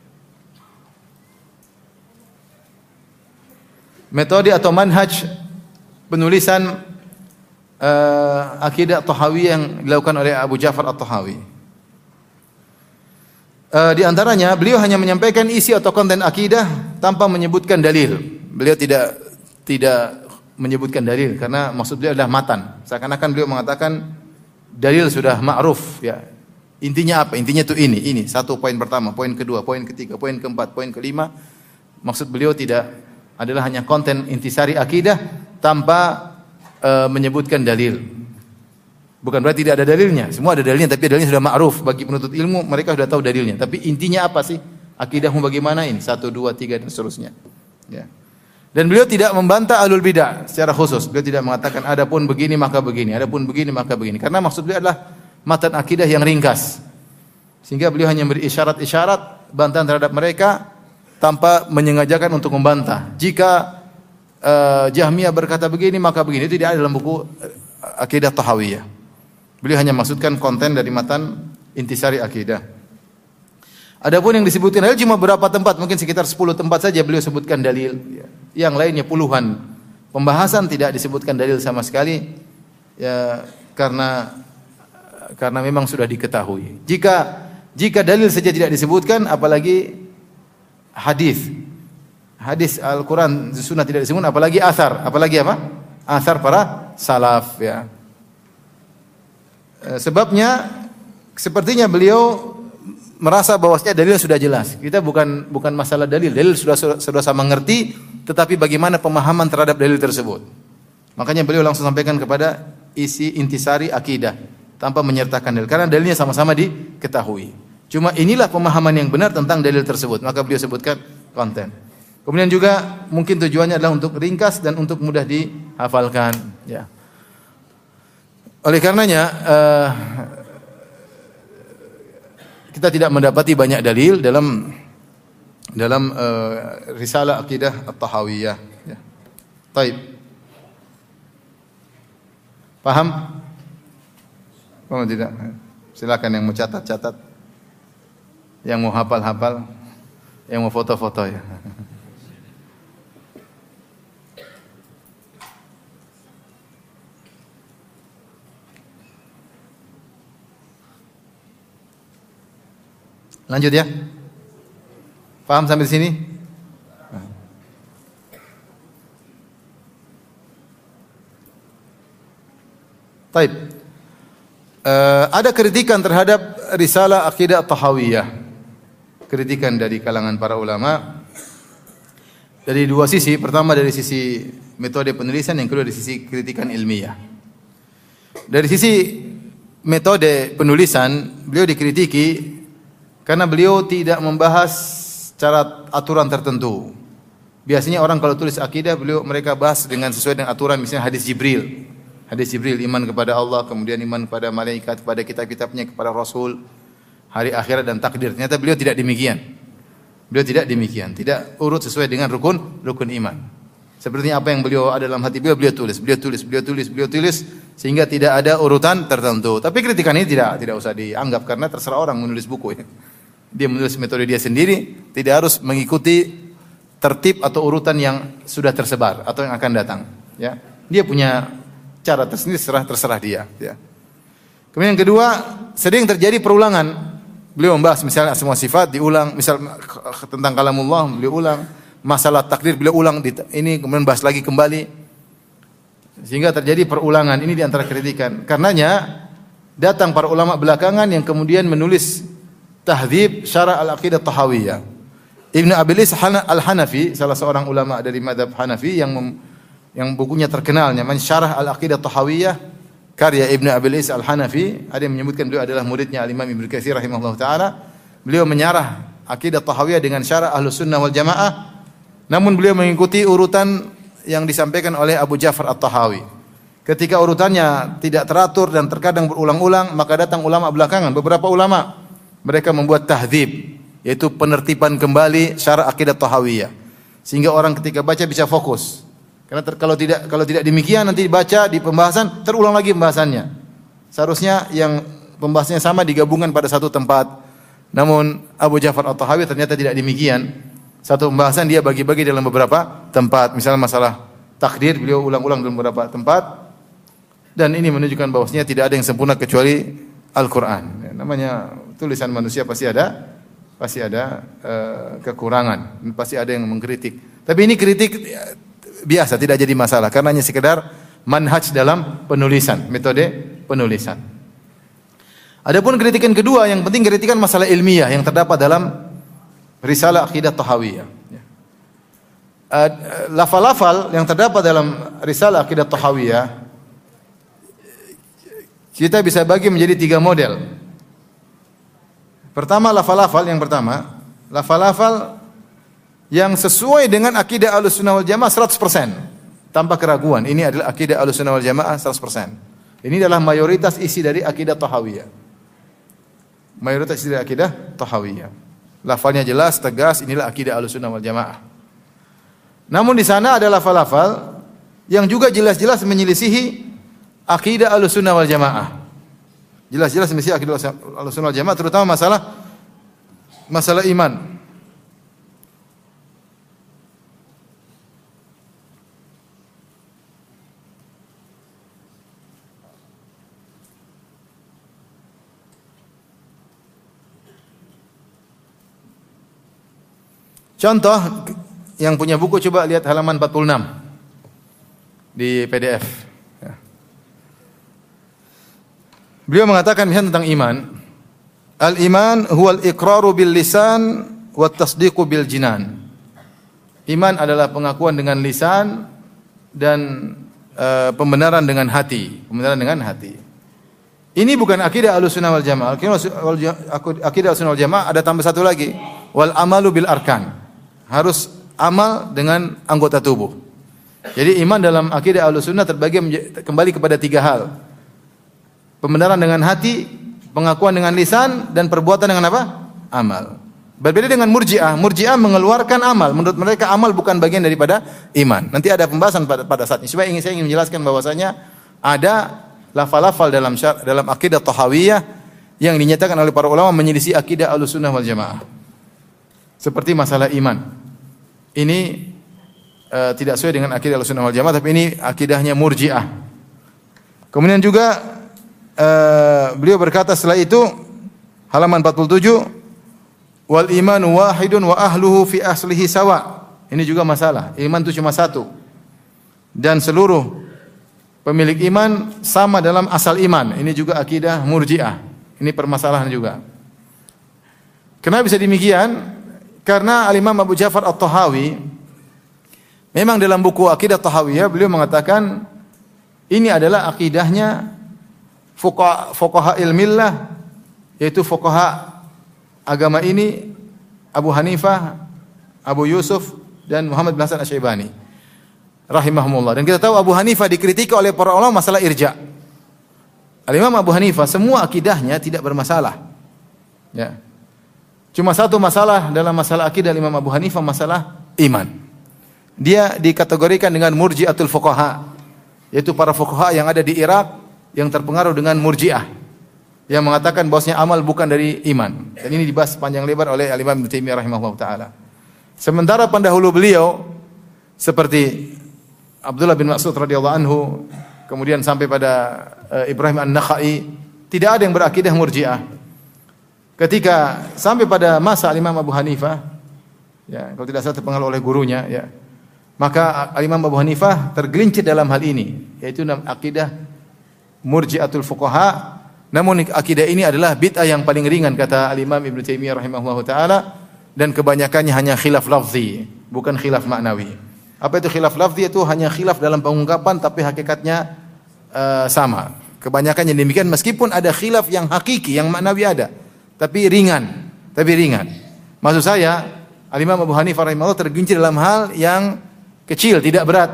S1: Metode atau manhaj penulisan uh, akidah Tahawiyah yang dilakukan oleh Abu Ja'far At-Tahawi. Uh, di antaranya beliau hanya menyampaikan isi atau konten akidah tanpa menyebutkan dalil. Beliau tidak tidak menyebutkan dalil karena maksud beliau adalah matan. Seakan-akan beliau mengatakan dalil sudah ma'ruf ya. Intinya apa? Intinya itu ini, ini satu poin pertama, poin kedua, poin ketiga, poin keempat, poin kelima. Maksud beliau tidak adalah hanya konten intisari akidah tanpa uh, menyebutkan dalil. Bukan berarti tidak ada dalilnya. Semua ada dalilnya, tapi dalilnya sudah ma'ruf bagi penuntut ilmu, mereka sudah tahu dalilnya. Tapi intinya apa sih? Akidahmu bagaimana ini? Satu, dua, tiga dan seterusnya. Ya. Dan beliau tidak membantah ahlul bidah secara khusus. Beliau tidak mengatakan adapun begini maka begini, adapun begini maka begini. Karena maksud beliau adalah matan akidah yang ringkas. Sehingga beliau hanya beri isyarat-isyarat bantahan terhadap mereka tanpa menyengajakan untuk membantah. Jika uh, Jahmiyah berkata begini maka begini, itu tidak ada dalam buku uh, Akidah Tahawiyah. Beliau hanya maksudkan konten dari matan intisari akidah. Adapun yang disebutkan dalil cuma beberapa tempat, mungkin sekitar sepuluh tempat saja beliau sebutkan dalil. Yang lainnya puluhan. Pembahasan tidak disebutkan dalil sama sekali. Ya, karena karena memang sudah diketahui. Jika jika dalil saja tidak disebutkan, apalagi hadis. Hadis Al-Qur'an, sunnah tidak disebut, apalagi athar, apalagi apa? Athar para salaf ya. E, sebabnya sepertinya beliau merasa bahwasanya dalil sudah jelas. Kita bukan bukan masalah dalil. Dalil sudah sudah sama ngerti, tetapi bagaimana pemahaman terhadap dalil tersebut. Makanya beliau langsung sampaikan kepada isi intisari akidah tanpa menyertakan dalil, karena dalilnya sama-sama diketahui. Cuma inilah pemahaman yang benar tentang dalil tersebut, maka beliau sebutkan konten. Kemudian juga mungkin tujuannya adalah untuk ringkas dan untuk mudah dihafalkan. Ya. Oleh karenanya uh, kita tidak mendapati banyak dalil dalam dalam uh, risalah akidah at-tahawiyah. Ya. Taib. Paham? Oh tidak. Silakan yang mau catat-catat, yang mau hafal-hafal, yang mau foto-foto ya. Lanjut ya. Paham sampai sini? Baik. Uh, ada kritikan terhadap risalah akidah tahawiyah. Kritikan dari kalangan para ulama dari dua sisi. Pertama dari sisi metode penulisan, yang kedua dari sisi kritikan ilmiah. Dari sisi metode penulisan, beliau dikritiki karena beliau tidak membahas secara aturan tertentu. Biasanya orang kalau tulis akidah, beliau mereka bahas dengan sesuai dengan aturan, misalnya hadis Jibril. Hadis Jibril, iman kepada Allah, kemudian iman kepada malaikat, kepada kitab-kitabnya, kepada Rasul, hari akhirat dan takdir. Ternyata beliau tidak demikian. Beliau tidak demikian, tidak urut sesuai dengan rukun rukun iman. Sepertinya apa yang beliau ada dalam hati beliau, beliau tulis, beliau tulis, beliau tulis, beliau tulis, sehingga tidak ada urutan tertentu. Tapi kritikan ini tidak tidak usah dianggap, karena terserah orang menulis buku ya. Dia menulis metode dia sendiri, tidak harus mengikuti tertib atau urutan yang sudah tersebar atau yang akan datang. Ya, dia punya cara tersendiri, terserah terserah dia. Ya. Kemudian yang kedua, sering terjadi perulangan. Beliau membahas misalnya semua sifat diulang, misal tentang kalamullah beliau ulang, masalah takdir beliau ulang, ini kemudian bahas lagi kembali, sehingga terjadi perulangan. Ini diantara kritikan. Karenanya datang para ulama belakangan yang kemudian menulis Tahdzib Syarah Al-Aqidah Tahawiyah. Ibnu Abilis Al-Hanafi, salah seorang ulama dari mazhab Hanafi yang mem, yang bukunya terkenalnya Man Syarah Al-Aqidah Tahawiyah, karya Ibnu Abilis Al-Hanafi. Ada yang menyebutkan beliau adalah muridnya Al-Imam Ibnu Katsir rahimahullah taala. Beliau menyarah Aqidah Tahawiyah dengan syarah Ahlus Sunnah wal Jamaah. Namun beliau mengikuti urutan yang disampaikan oleh Abu Ja'far At-Tahawi. Ketika urutannya tidak teratur dan terkadang berulang-ulang, maka datang ulama belakangan, beberapa ulama, mereka membuat tahdzib, yaitu penertiban kembali syarah Aqidah Tahawiyah, sehingga orang ketika baca bisa fokus. Karena ter, kalau tidak kalau tidak demikian, nanti dibaca di pembahasan terulang lagi pembahasannya. Seharusnya yang pembahasannya sama digabungkan pada satu tempat. Namun Abu Ja'far At-Tahawi ternyata tidak demikian. Satu pembahasan dia bagi-bagi dalam beberapa tempat. Misalnya masalah takdir, beliau ulang-ulang dalam beberapa tempat. Dan ini menunjukkan bahwasanya tidak ada yang sempurna kecuali Al-Qur'an. Ya, namanya tulisan manusia pasti ada pasti ada uh, kekurangan, pasti ada yang mengkritik. Tapi ini kritik biasa, tidak jadi masalah karena hanya sekedar manhaj dalam penulisan, metode penulisan. Adapun kritikan kedua, yang penting kritikan masalah ilmiah yang terdapat dalam Risalah Aqidah Tahawiyah. Uh, lafal-lafal yang terdapat dalam Risalah Aqidah Tahawiyah kita bisa bagi menjadi tiga model. Pertama, lafal-lafal yang pertama, lafal-lafal yang sesuai dengan akidah Ahlussunnah wal Jamaah seratus persen tanpa keraguan. Ini adalah akidah Ahlussunnah wal Jamaah seratus persen. Ini adalah mayoritas isi dari akidah Tahawiyah. Mayoritas isi dari akidah Tahawiyah. Lafalnya jelas, tegas, inilah akidah Ahlussunnah wal Jamaah. Namun di sana ada lafal-lafal yang juga jelas-jelas menyelisihi akidah Ahlussunnah wal Jamaah. Jelas-jelas menyelisihi akidah Ahlussunnah wal Jamaah, terutama masalah masalah iman. Contoh, yang punya buku coba lihat halaman empat puluh enam di P D F. Beliau mengatakan misalnya tentang iman. Al-iman huwal iqraru bil lisan wa tasdiqu bil jinan. Iman adalah pengakuan dengan lisan dan uh, pembenaran dengan hati. Pembenaran dengan hati. Ini bukan akidah Ahlussunnah wal Jamaah. Akidah Ahlussunnah wal Jamaah ada tambah satu lagi. Wal amalu bil arkan. Harus amal dengan anggota tubuh. Jadi iman dalam akidah Ahlussunnah terbagi kembali kepada tiga hal. Pembenaran dengan hati, pengakuan dengan lisan, dan perbuatan dengan apa? Amal. Berbeda dengan Murji'ah. Murji'ah mengeluarkan amal. Menurut mereka amal bukan bagian daripada iman. Nanti ada pembahasan pada, pada saat ini. Supaya ingin saya ingin menjelaskan bahwasanya ada lafal-lafal dalam dalam akidah Tahawiyah yang dinyatakan oleh para ulama menyelisih akidah Ahlussunnah wal Jamaah. Seperti masalah iman. Ini uh, tidak sesuai dengan akidah Ahlussunnah wal Jamaah, tapi ini akidahnya Murji'ah. Kemudian juga uh, beliau berkata setelah itu halaman empat puluh tujuh, wal iman wahidun wa ahluhu fi aslihi sawa. Ini juga masalah. Iman itu cuma satu. Dan seluruh pemilik iman sama dalam asal iman. Ini juga akidah Murji'ah. Ini permasalahan juga. Kenapa bisa demikian? Karena Al-Imam Abu Ja'far At-Tahawi memang dalam buku Aqidah Tahawiyah beliau mengatakan ini adalah akidahnya fuqaha fuqaha ilmillah, yaitu fuqaha agama ini Abu Hanifah, Abu Yusuf dan Muhammad bin Hasan Asy-Syaibani rahimahumullah. Dan kita tahu Abu Hanifah dikritik oleh para ulama masalah irja. Al-Imam Abu Hanifah semua akidahnya tidak bermasalah. Ya. Cuma satu masalah dalam masalah akidah Imam Abu Hanifah, masalah iman. Dia dikategorikan dengan Murji'atul Fuqaha, yaitu para fuqaha yang ada di Irak yang terpengaruh dengan Murji'ah, yang mengatakan bahwasanya amal bukan dari iman. Dan ini dibahas panjang lebar oleh Al-Imam Ibnu Taimiyah rahimahullah taala. Sementara pendahulu beliau seperti Abdullah bin Mas'ud radhiyallahu anhu, kemudian sampai pada uh, Ibrahim An-Nakhai, tidak ada yang berakidah Murji'ah. Ketika sampai pada masa Imam Abu Hanifah, ya, kalau tidak salah terpengaruh oleh gurunya, ya, maka Imam Abu Hanifah tergelincir dalam hal ini, yaitu akidah Murji'atul Fuqaha. Namun akidah ini adalah bid'ah yang paling ringan kata Al-Imam Ibnu Taimiyah rahimahullahu taala, dan kebanyakannya hanya khilaf lafzi, bukan khilaf maknawi. Apa itu khilaf lafzi? Itu hanya khilaf dalam pengungkapan tapi hakikatnya uh, sama. Kebanyakannya demikian, meskipun ada khilaf yang hakiki, yang maknawi ada. Tapi ringan, tapi ringan. Maksud saya, Al-Imam Abu Hanifah rahimahullah tergelincir dalam hal yang kecil, tidak berat.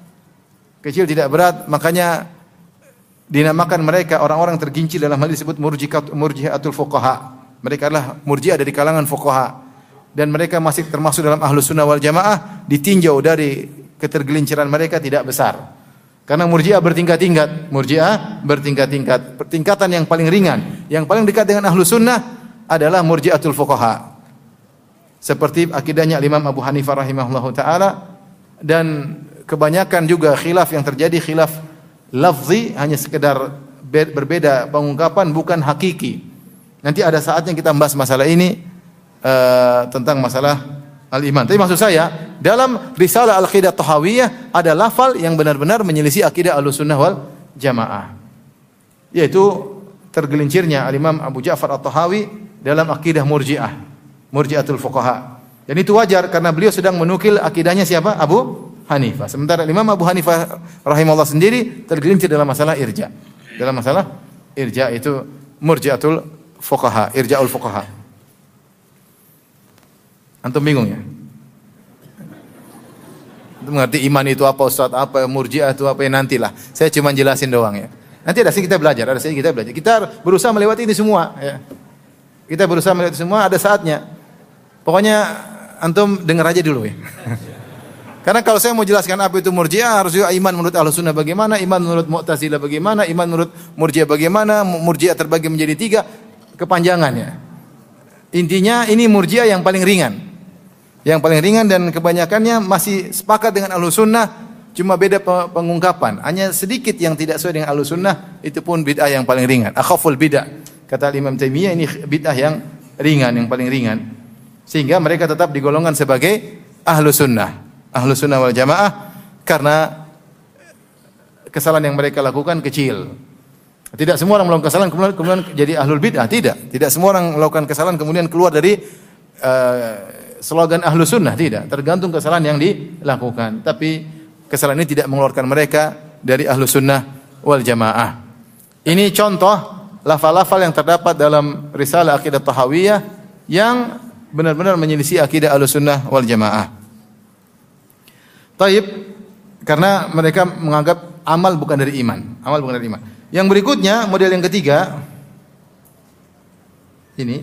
S1: Kecil tidak berat, makanya dinamakan mereka orang-orang tergelincir dalam hal disebut Murji'atul Fuqaha. Mereka adalah Murji'ah dari kalangan fuqaha. Dan mereka masih termasuk dalam Ahlussunnah wal Jamaah, ditinjau dari ketergelinciran mereka tidak besar. Karena Murji'ah bertingkat-tingkat, Murji'ah bertingkat-tingkat. Tingkatan yang paling ringan, yang paling dekat dengan Ahlus Sunnah adalah Murji'atul Fuqaha. Seperti akidahnya Imam Abu Hanifah rahimahullahu taala, dan kebanyakan juga khilaf yang terjadi khilaf lafzi, hanya sekedar berbeda pengungkapan, bukan hakiki. Nanti ada saatnya kita membahas masalah ini uh, tentang masalah al-iman. Tapi maksud saya, dalam risalah Al-Aqidah Tahawiyah ada lafal yang benar-benar menyelisih akidah Ahlussunnah wal Jamaah. Yaitu
S2: tergelincirnya Al-Imam Abu Ja'far At-Tahawi dalam akidah Murji'ah, Murji'atul Fuqaha. Dan itu wajar karena beliau sedang menukil akidahnya siapa? Abu Hanifah. Sementara Imam Abu Hanifah rahimahullah sendiri tergelincir dalam masalah irja. Dalam masalah irja itu Murji'atul Fuqaha, Irja'ul Fuqaha. Antum bingung ya? Antum mengerti iman itu apa, Ustaz? Apa Murji'ah itu apa? Ya nantilah. Saya cuma jelasin doang ya. Nanti ada sih kita belajar, ada sih kita belajar. Kita berusaha melewati ini semua ya. Kita berusaha melewati semua, ada saatnya. Pokoknya antum dengar aja dulu ya. Karena kalau saya mau jelaskan apa itu Murji'ah, harus juga iman menurut Ahlussunnah bagaimana, iman menurut Mu'tazilah bagaimana, iman menurut Murji'ah bagaimana, Murji'ah terbagi menjadi tiga, kepanjangannya. Intinya ini Murji'ah yang paling ringan. Yang paling ringan dan kebanyakannya masih sepakat dengan Ahlussunnah, cuma beda pengungkapan. Hanya sedikit yang tidak sesuai dengan Ahlussunnah, itu pun bid'ah yang paling ringan. Akhaful bid'ah. Kata Imam Taimiyah ini bid'ah yang ringan, yang paling ringan. Sehingga mereka tetap digolongkan sebagai Ahlussunnah. Ahlussunnah wal Jamaah karena kesalahan yang mereka lakukan kecil. Tidak semua orang melakukan kesalahan kemudian, kemudian jadi ahlul bid'ah, tidak. Tidak semua orang melakukan kesalahan kemudian keluar dari uh, slogan Ahlussunnah, tidak. Tergantung kesalahan yang dilakukan. Tapi kesalahan ini tidak mengeluarkan mereka dari Ahlussunnah wal Jamaah. Ini contoh lafal-lafal yang terdapat dalam risalah Aqidah Tahawiyah yang benar-benar menyelisih akidah Ahlussunnah wal Jamaah. Taib, karena mereka menganggap amal bukan dari iman. Amal bukan dari iman. Yang berikutnya, model yang ketiga. Ini.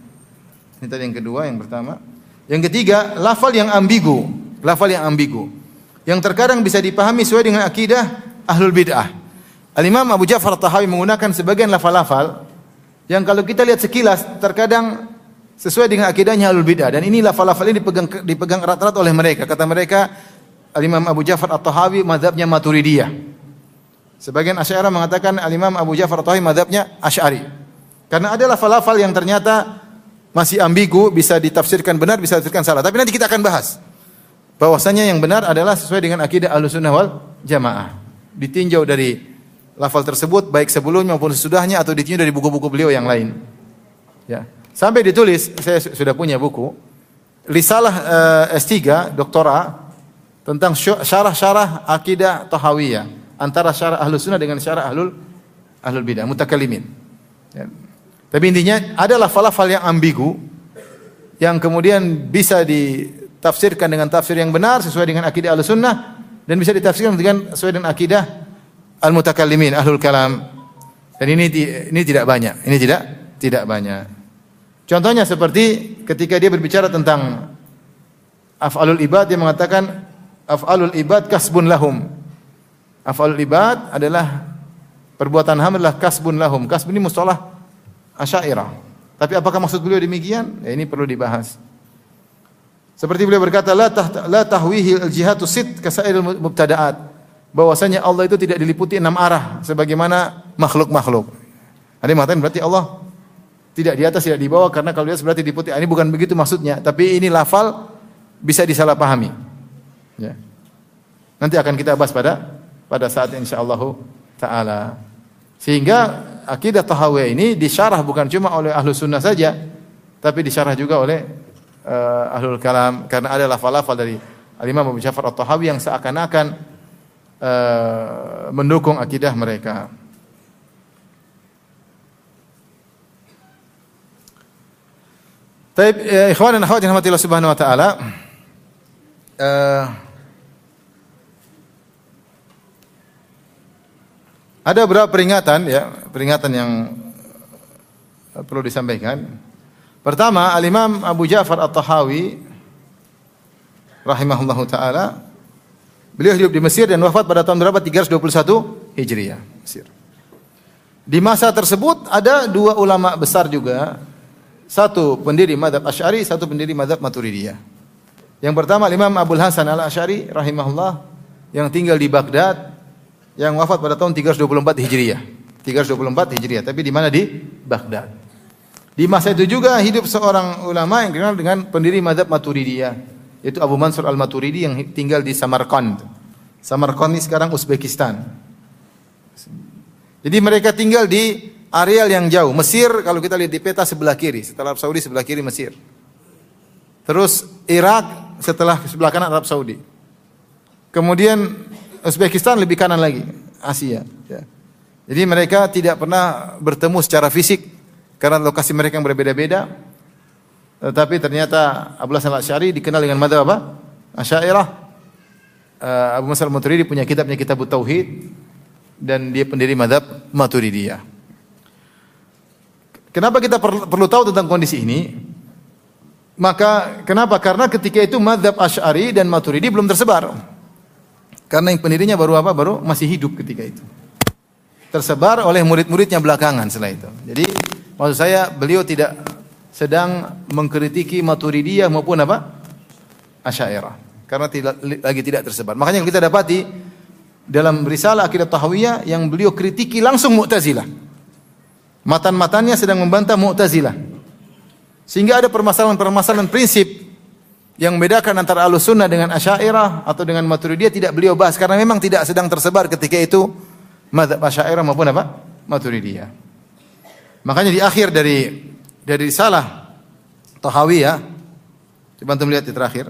S2: Ini tadi yang kedua, yang pertama. Yang ketiga, lafal yang ambigu, lafal yang ambigu, yang terkadang bisa dipahami sesuai dengan akidah ahlul bid'ah. Al-Imam Abu Ja'far At-Tahawi menggunakan sebagian lafal-lafal yang kalau kita lihat sekilas terkadang sesuai dengan akidahnya ahlul bid'ah. Dan ini lafal-lafal ini dipegang, dipegang erat-erat oleh mereka. Kata mereka, Al-Imam Abu Ja'far At-Tahawi mazhabnya Maturidiyah. Sebagian Asy'ariyah mengatakan Al-Imam Abu Ja'far At-Tahawi mazhabnya Asy'ari. Karena ada lafal-lafal yang ternyata masih ambigu, bisa ditafsirkan benar, bisa ditafsirkan salah. Tapi nanti kita akan bahas bahwasanya yang benar adalah sesuai dengan akidah Ahlussunnah wal Jamaah. Ditinjau dari lafal tersebut baik sebelumnya maupun sesudahnya atau ditinjau dari buku-buku beliau yang lain. Ya. Sampai ditulis, saya sudah punya buku risalah uh, S tiga doktora tentang syarah-syarah akidah Tahawiyah antara syarah Ahlussunnah dengan syarah Ahlul Ahlul Bidah, mutakallimin. Ya. Tapi intinya ada lafal-lafal yang ambigu yang kemudian bisa ditafsirkan dengan tafsir yang benar sesuai dengan akidah Ahlussunnah dan bisa ditafsirkan dengan sesuai dengan akidah al-mutakallimin, ahlul kalam. Dan ini ini tidak banyak. Ini tidak tidak banyak. Contohnya seperti ketika dia berbicara tentang af'alul ibad, dia mengatakan af'alul ibad kasbun lahum. Af'alul ibad adalah perbuatan hamba adalah kasbun lahum. Kasbun ini mustalah Asy'ariyah. Tapi apakah maksud beliau demikian? Ya, ini perlu dibahas. Seperti beliau berkata, la tah, la tahwihi al-jihatu sit kasairil mubtada'at. Bahwasanya Allah itu tidak diliputi enam arah sebagaimana makhluk-makhluk. Ada yang mengatakan berarti Allah tidak di atas, tidak di bawah, karena kalau dia berarti diliputi. Ini bukan begitu maksudnya, tapi ini lafal bisa disalahpahami. Ya. Nanti akan kita bahas pada pada saat insyaallah taala. Sehingga akidah Tahawiyah ini disyarah bukan cuma oleh Ahlus Sunnah saja, tapi disyarah juga oleh uh, Ahlul Kalam, karena ada lafal-lafal dari Al-Imam Abu Ja'far At-Tahawi yang seakan-akan uh, mendukung akidah mereka. Baik, ikhwan dan akhwat yang dirahmati Allah Subhanahu wa taala, uh, ada beberapa peringatan ya, peringatan yang perlu disampaikan. Pertama, Al-Imam Abu Ja'far At-Tahawi rahimahullahu taala, beliau hidup di Mesir dan wafat pada tahun berapa? tiga ratus dua puluh satu Hijriah, Mesir. Di masa tersebut ada dua ulama besar juga, satu pendiri mazhab Asy'ari, satu pendiri mazhab Maturidiyah. Yang pertama Imam Abul Hasan Al-Asy'ari rahimahullah yang tinggal di Baghdad, yang wafat pada tahun tiga ratus dua puluh empat Hijriah. tiga ratus dua puluh empat Hijriah, tapi di mana? Di Baghdad. Di masa itu juga hidup seorang ulama yang dikenal dengan pendiri mazhab Maturidiyah, yaitu Abu Mansur Al-Maturidi yang tinggal di Samarkand. Samarkand ini sekarang Uzbekistan. Jadi mereka tinggal di areal yang jauh. Mesir kalau kita lihat di peta sebelah kiri, setelah Arab Saudi sebelah kiri Mesir. Terus Irak setelah sebelah kanan Arab Saudi. Kemudian Uzbekistan lebih kanan lagi, Asia. Ya. Jadi mereka tidak pernah bertemu secara fisik karena lokasi mereka yang berbeda-beda. Tetapi ternyata Abdul Hasan Al-Asy'ari dikenal dengan madzhab apa? Asy'ariyah. Uh, Abu Musa Al-Maturidi punya kitabnya Kitabut Tauhid dan dia pendiri madzhab Maturidiyah. Kenapa kita perlu, perlu tahu tentang kondisi ini? Maka kenapa? Karena ketika itu madzhab Asy'ari dan Maturidi belum tersebar. Karena yang pendirinya baru apa? Baru masih hidup ketika itu. Tersebar oleh murid-muridnya belakangan setelah itu. Jadi maksud saya beliau tidak sedang mengkritiki Maturidiyah maupun apa? Asy'ariyah. Karena tidak, lagi tidak tersebar. Makanya kita dapati dalam risalah Aqidah Tahawiyah yang beliau kritiki langsung Mu'tazilah. Matan-matannya sedang membantah Mu'tazilah. Sehingga ada permasalahan-permasalahan prinsip yang membedakan antara Ahlussunnah dengan Asy'ariyah atau dengan Maturidiyah tidak beliau bahas karena memang tidak sedang tersebar ketika itu mazhab Asy'ariyah maupun apa? Maturidiyah. Makanya di akhir dari dari risalah Tahawiyah, coba antum lihat di terakhir.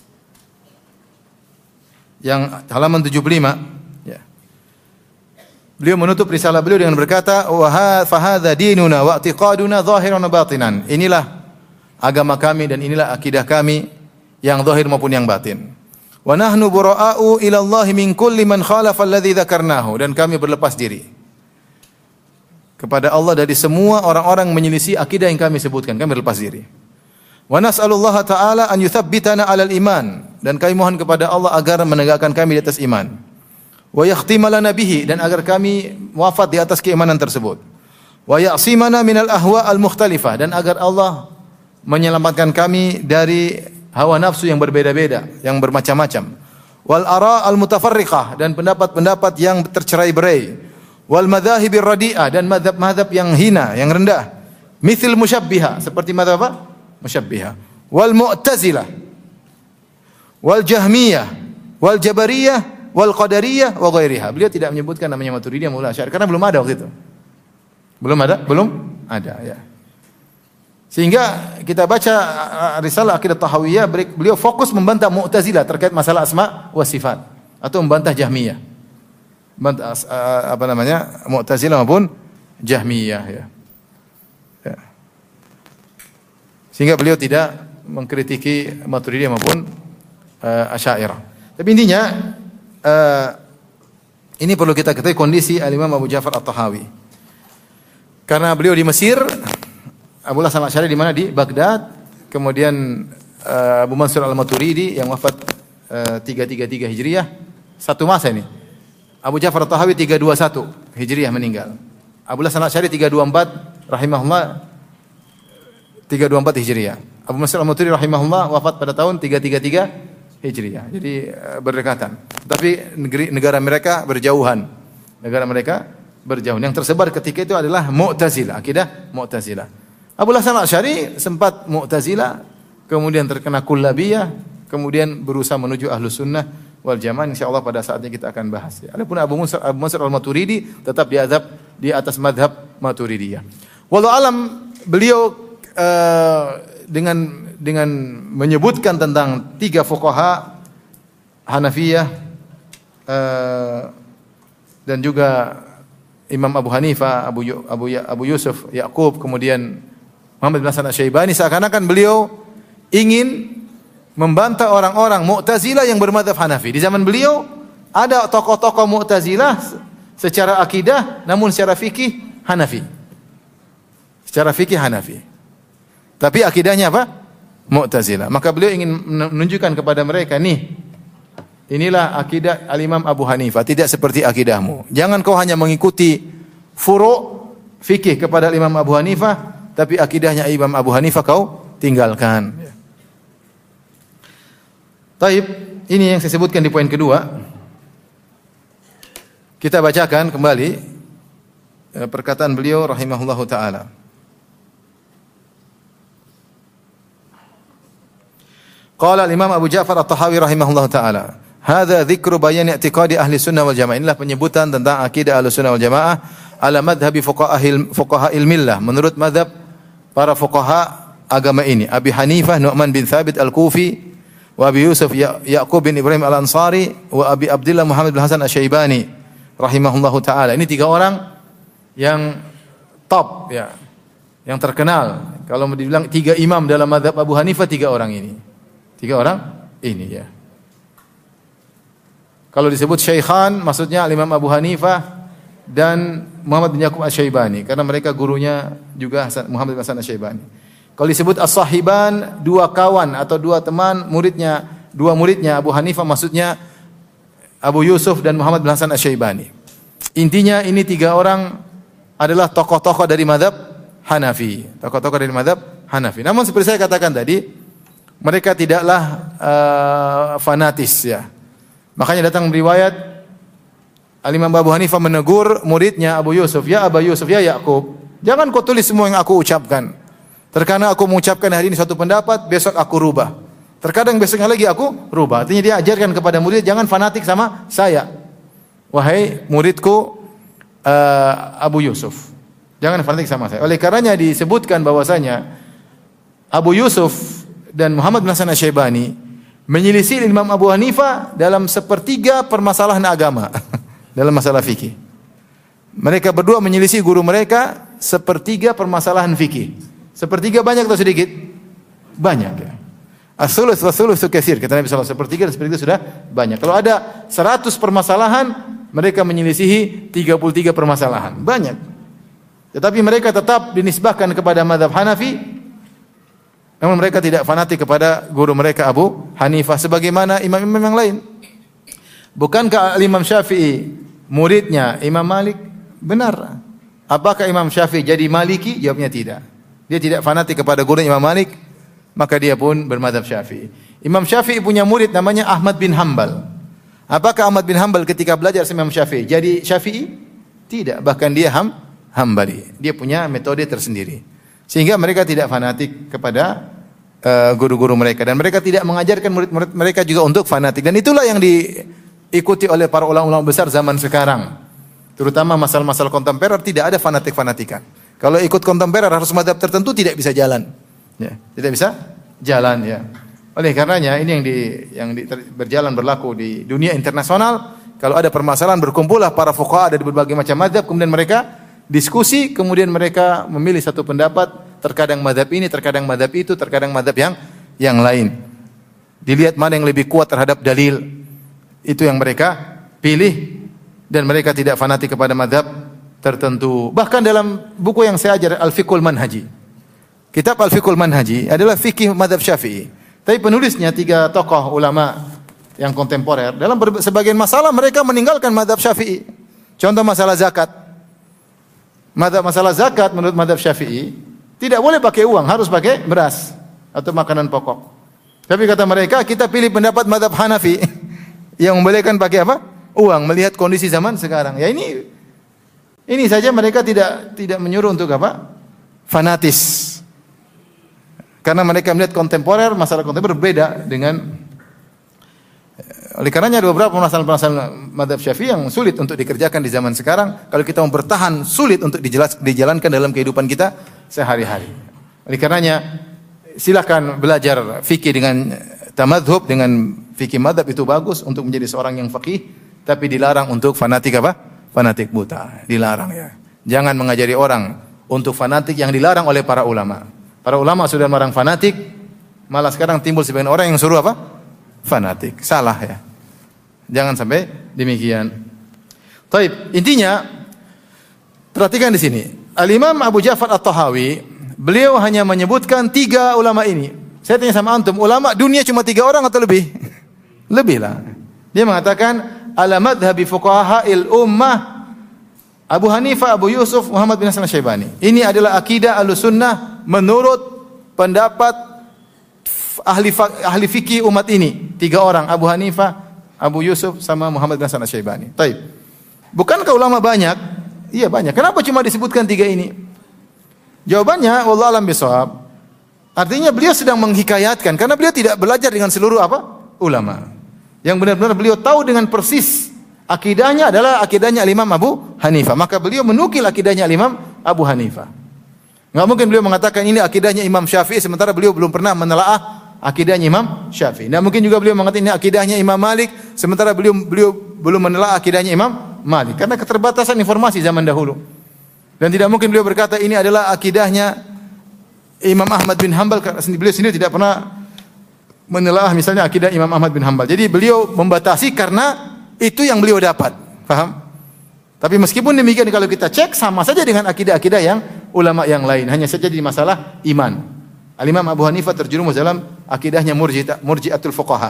S2: Yang halaman tujuh puluh lima, ya. Beliau menutup risalah beliau dengan berkata, "Wa hadza dinuna wa i'tiqaduna zahiran wa batinan." Inilah agama kami dan inilah akidah kami yang zahir maupun yang batin. Wa nahnu bura'u ila Allah min kulli man khalafa alladhi dzakarnahu, dan kami berlepas diri kepada Allah dari semua orang-orang menyelisih akidah yang kami sebutkan, kami berlepas diri. Wa nas'alullaha ta'ala an yuthabbitana 'alal iman, dan kami mohon kepada Allah agar menegakkan kami di atas iman. Wa yakhtima lana bihi, dan agar kami wafat di atas keimanan tersebut. Wa ya'simana minal ahwa al-mukhtalifah, dan agar Allah menyelamatkan kami dari hawa nafsu yang berbeda-beda, yang bermacam-macam. Wal ara al-mutafarriqah, dan pendapat-pendapat yang tercerai-berai. Wal madzahibir radi'ah, dan mazhab-mazhab yang hina, yang rendah. Mithil musyabbihah, seperti mazhab apa? Musyabbihah. Wal mu'tazilah. Wal jahmiyah. Wal jabariyah. Wal qadariyah. Wa ghairiha. Beliau tidak menyebutkan namanya Maturidiyah maupun Asy'ariyah karena belum ada waktu itu. Belum ada? Belum ada, ya. Sehingga kita baca risalah Aqidah Tahawiyah, beliau fokus membantah Mu'tazilah terkait masalah asma wa sifat atau membantah Jahmiyah. Membantah apa namanya? Mu'tazilah maupun Jahmiyah, ya. Sehingga beliau tidak mengkritiki Maturidiyah maupun uh, Asy'ariyah. Tapi intinya uh, ini perlu kita ketahui kondisi Al-Imam Abu Ja'far At-Tahawi. Karena beliau di Mesir, Abu Hasan Al-Asy'ari di mana? Di Baghdad. Kemudian uh, Abu Mansur Al-Maturidi yang wafat uh, tiga tiga tiga Hijriah. Satu masa ini. Abu Ja'far At-Tahawi tiga dua satu Hijriah meninggal. Abu Hasan Al-Asy'ari tiga dua empat rahimahullah tiga dua empat Hijriah. Abu Mansur Al-Maturidi rahimahullah wafat pada tahun tiga tiga tiga Hijriah. Jadi berdekatan. Tapi negeri negara mereka berjauhan. Negara mereka berjauhan. Yang tersebar ketika itu adalah Mu'tazilah, akidah Mu'tazilah. Abu Hasan Al-Asy'ari sempat Mu'tazilah, kemudian terkena Kullabiyah, kemudian berusaha menuju Ahlus Sunnah wal Jamaah. Insyaallah pada saatnya kita akan bahas. Adapun Abu Mansur Abu Mansur Al-Maturidi tetap di azab di atas mazhab Maturidiyah. Wallahu alam, beliau Uh, dengan dengan menyebutkan tentang tiga fuqaha Hanafiyah uh, dan juga Imam Abu Hanifah, Abu Abu Abu Yusuf Yaqub, kemudian Muhammad bin Hasan Asy-Syaibani, seakan-akan beliau ingin membantah orang-orang Mu'tazilah yang bermadzhab Hanafi. Di zaman beliau ada tokoh-tokoh Mu'tazilah secara akidah namun secara fikih Hanafi. Secara fikih Hanafi. Tapi akidahnya apa? Mu'tazilah. Maka beliau ingin menunjukkan kepada mereka, nih, inilah akidah Al-Imam Abu Hanifah, tidak seperti akidahmu. Jangan kau hanya mengikuti furu' fikih kepada Imam Abu Hanifah, tapi akidahnya Imam Abu Hanifah kau tinggalkan. Taib, ini yang saya sebutkan di poin kedua. Kita bacakan kembali perkataan beliau rahimahullahu taala. Qala al-Imam Abu Ja'far At-Tahawi rahimahullahu taala, "Hadza dzikru bayan i'tiqadi ahli sunnah wal jamaah." Inilah penyebutan tentang akidah ahli sunnah wal jamaah ala madhhabi fuqaha'il fuqaha'il millah, menurut madhab para fuqaha agama ini. Abi Hanifah Nu'man bin Thabit Al-Kufi, wa Abi Yusuf ya Yaqub bin Ibrahim Al-Ansari, wa Abi Abdullah Muhammad bin Hasan Asy-Syaibani rahimahullahu taala. Ini tiga orang yang top ya, yang terkenal. Kalau mau dibilang tiga imam dalam mazhab Abu Hanifah, tiga orang ini. Tiga orang ini ya. Kalau disebut syaikhan maksudnya Imam Abu Hanifah dan Muhammad bin Yaqub Asy-Syaibani, karena mereka gurunya juga Hasan, Muhammad bin Hasan Asy-Syaibani. Kalau disebut as-sahiban, dua kawan atau dua teman muridnya, dua muridnya Abu Hanifah maksudnya Abu Yusuf dan Muhammad bin Hasan Asy-Syaibani. Intinya ini tiga orang adalah tokoh-tokoh dari mazhab Hanafi, tokoh-tokoh dari mazhab Hanafi. Namun seperti saya katakan tadi, mereka tidaklah uh, fanatis ya. Makanya datang riwayat Al-Imam Abu Hanifah menegur muridnya Abu Yusuf, "Ya Abu Yusuf, ya Yaqub, jangan kau tulis semua yang aku ucapkan. Terkadang aku mengucapkan hari ini suatu pendapat, besok aku rubah. Terkadang besoknya lagi aku rubah." Artinya dia ajarkan kepada murid, jangan fanatik sama saya. Wahai muridku uh, Abu Yusuf, jangan fanatik sama saya. Oleh karenanya disebutkan bahwasanya Abu Yusuf dan Muhammad bin Hasan Asy-Syaibani menyelisih Imam Abu Hanifah dalam sepertiga permasalahan agama, dalam masalah fikih. Mereka berdua menyelisih guru mereka sepertiga permasalahan fikih. Sepertiga banyak atau sedikit? Banyak ya. As-sulus wa thulutsu katsir. Kata Nabi sallallahu alaihi wasallam, sepertiga dan sepertiga sudah banyak. Kalau ada seratus permasalahan, mereka menyelisihi tiga puluh tiga permasalahan. Banyak. Tetapi mereka tetap dinisbahkan kepada mazhab Hanafi. Namun mereka tidak fanatik kepada guru mereka Abu Hanifah sebagaimana imam-imam yang lain. Bukankah Imam Syafi'i muridnya Imam Malik? Benar. Apakah Imam Syafi'i jadi Maliki? Jawabnya tidak. Dia tidak fanatik kepada guru Imam Malik, maka dia pun bermadzhab Syafi'i. Imam Syafi'i punya murid namanya Ahmad bin Hanbal. Apakah Ahmad bin Hanbal ketika belajar sama Imam Syafi'i jadi Syafi'i? Tidak, bahkan dia ham, Hambali. Dia punya metode tersendiri. Sehingga mereka tidak fanatik kepada uh, guru-guru mereka dan mereka tidak mengajarkan murid-murid mereka juga untuk fanatik. Dan itulah yang diikuti oleh para ulama-ulama besar zaman sekarang. Terutama masalah-masalah kontemporer tidak ada fanatik-fanatikan. Kalau ikut kontemporer harus mazhab tertentu tidak bisa jalan. Ya, tidak bisa jalan ya. Oleh karenanya ini yang di yang di, ter, berjalan berlaku di dunia internasional. Kalau ada permasalahan berkumpullah para fuqaha dari berbagai macam mazhab, kemudian mereka diskusi, kemudian mereka memilih satu pendapat, terkadang mazhab ini, terkadang mazhab itu, terkadang mazhab yang yang lain. Dilihat mana yang lebih kuat terhadap dalil. Itu yang mereka pilih dan mereka tidak fanatik kepada mazhab tertentu. Bahkan dalam buku yang saya ajar Al-Fiqhul Manhaji. Kitab Al-Fiqhul Manhaji adalah fikih mazhab Syafi'i. Tapi penulisnya tiga tokoh ulama yang kontemporer, dalam sebagian masalah mereka meninggalkan mazhab Syafi'i. Contoh masalah zakat. Mazhab masalah zakat menurut mazhab Syafi'i tidak boleh pakai uang, harus pakai beras atau makanan pokok. Tapi kata mereka, kita pilih pendapat mazhab Hanafi yang membolehkan pakai apa? Uang, melihat kondisi zaman sekarang. Ya ini ini saja mereka tidak tidak menyuruh untuk apa? Fanatis. Karena mereka melihat kontemporer, masalah kontemporer berbeda dengan. Oleh karenanya ada beberapa masalah-masalah mazhab Syafi'i yang sulit untuk dikerjakan di zaman sekarang. Kalau kita mau bertahan, sulit untuk dijelas, dijalankan dalam kehidupan kita sehari-hari. Oleh karenanya silakan belajar fikih dengan tamadhub, dengan fikih mazhab itu bagus untuk menjadi seorang yang faqih, tapi dilarang untuk fanatik apa? Fanatik buta, dilarang ya. Jangan mengajari orang untuk fanatik yang dilarang oleh para ulama. Para ulama sudah melarang fanatik, malah sekarang timbul sebagian orang yang suruh apa? Fanatik. Salah ya. Jangan sampai demikian. Taib, intinya perhatikan di sini. Al-Imam Abu Ja'far At-Tahawi, beliau hanya menyebutkan tiga ulama ini. Saya tanya sama antum, ulama dunia cuma tiga orang atau lebih? Lebih lah. Dia mengatakan ala madhhabi fuqaha'il ummah Abu Hanifah, Abu Yusuf, Muhammad bin Hasan Asy-Syaibani. Ini adalah akidah Ahlussunnah menurut pendapat ahli ahli fikih umat ini. Tiga orang, Abu Hanifah, Abu Yusuf sama Muhammad bin Hasan Asy-Syaibani. Taib. Bukankah ulama banyak? Iya banyak. Kenapa cuma disebutkan tiga ini? Jawabannya wallahu alam bisawab. Artinya beliau sedang menghikayatkan karena beliau tidak belajar dengan seluruh apa? Ulama. Yang benar-benar beliau tahu dengan persis akidahnya adalah akidahnya Imam Abu Hanifah. Maka beliau menukil akidahnya Imam Abu Hanifah. Enggak mungkin beliau mengatakan ini akidahnya Imam Syafi'i sementara beliau belum pernah menelaah akidahnya Imam Syafi'i. Nah, mungkin juga beliau mengatakan ini akidahnya Imam Malik sementara beliau beliau belum menelaah akidahnya Imam Malik karena keterbatasan informasi zaman dahulu. Dan tidak mungkin beliau berkata ini adalah akidahnya Imam Ahmad bin Hanbal karena beliau sendiri tidak pernah menelaah misalnya akidah Imam Ahmad bin Hanbal. Jadi beliau membatasi karena itu yang beliau dapat. Paham? Tapi meskipun demikian kalau kita cek sama saja dengan akidah-akidah yang ulama yang lain, hanya saja di masalah iman. Al-Imam Abu Hanifah terjerumus dalam akidahnya murji'ah, murji'atul fuqaha.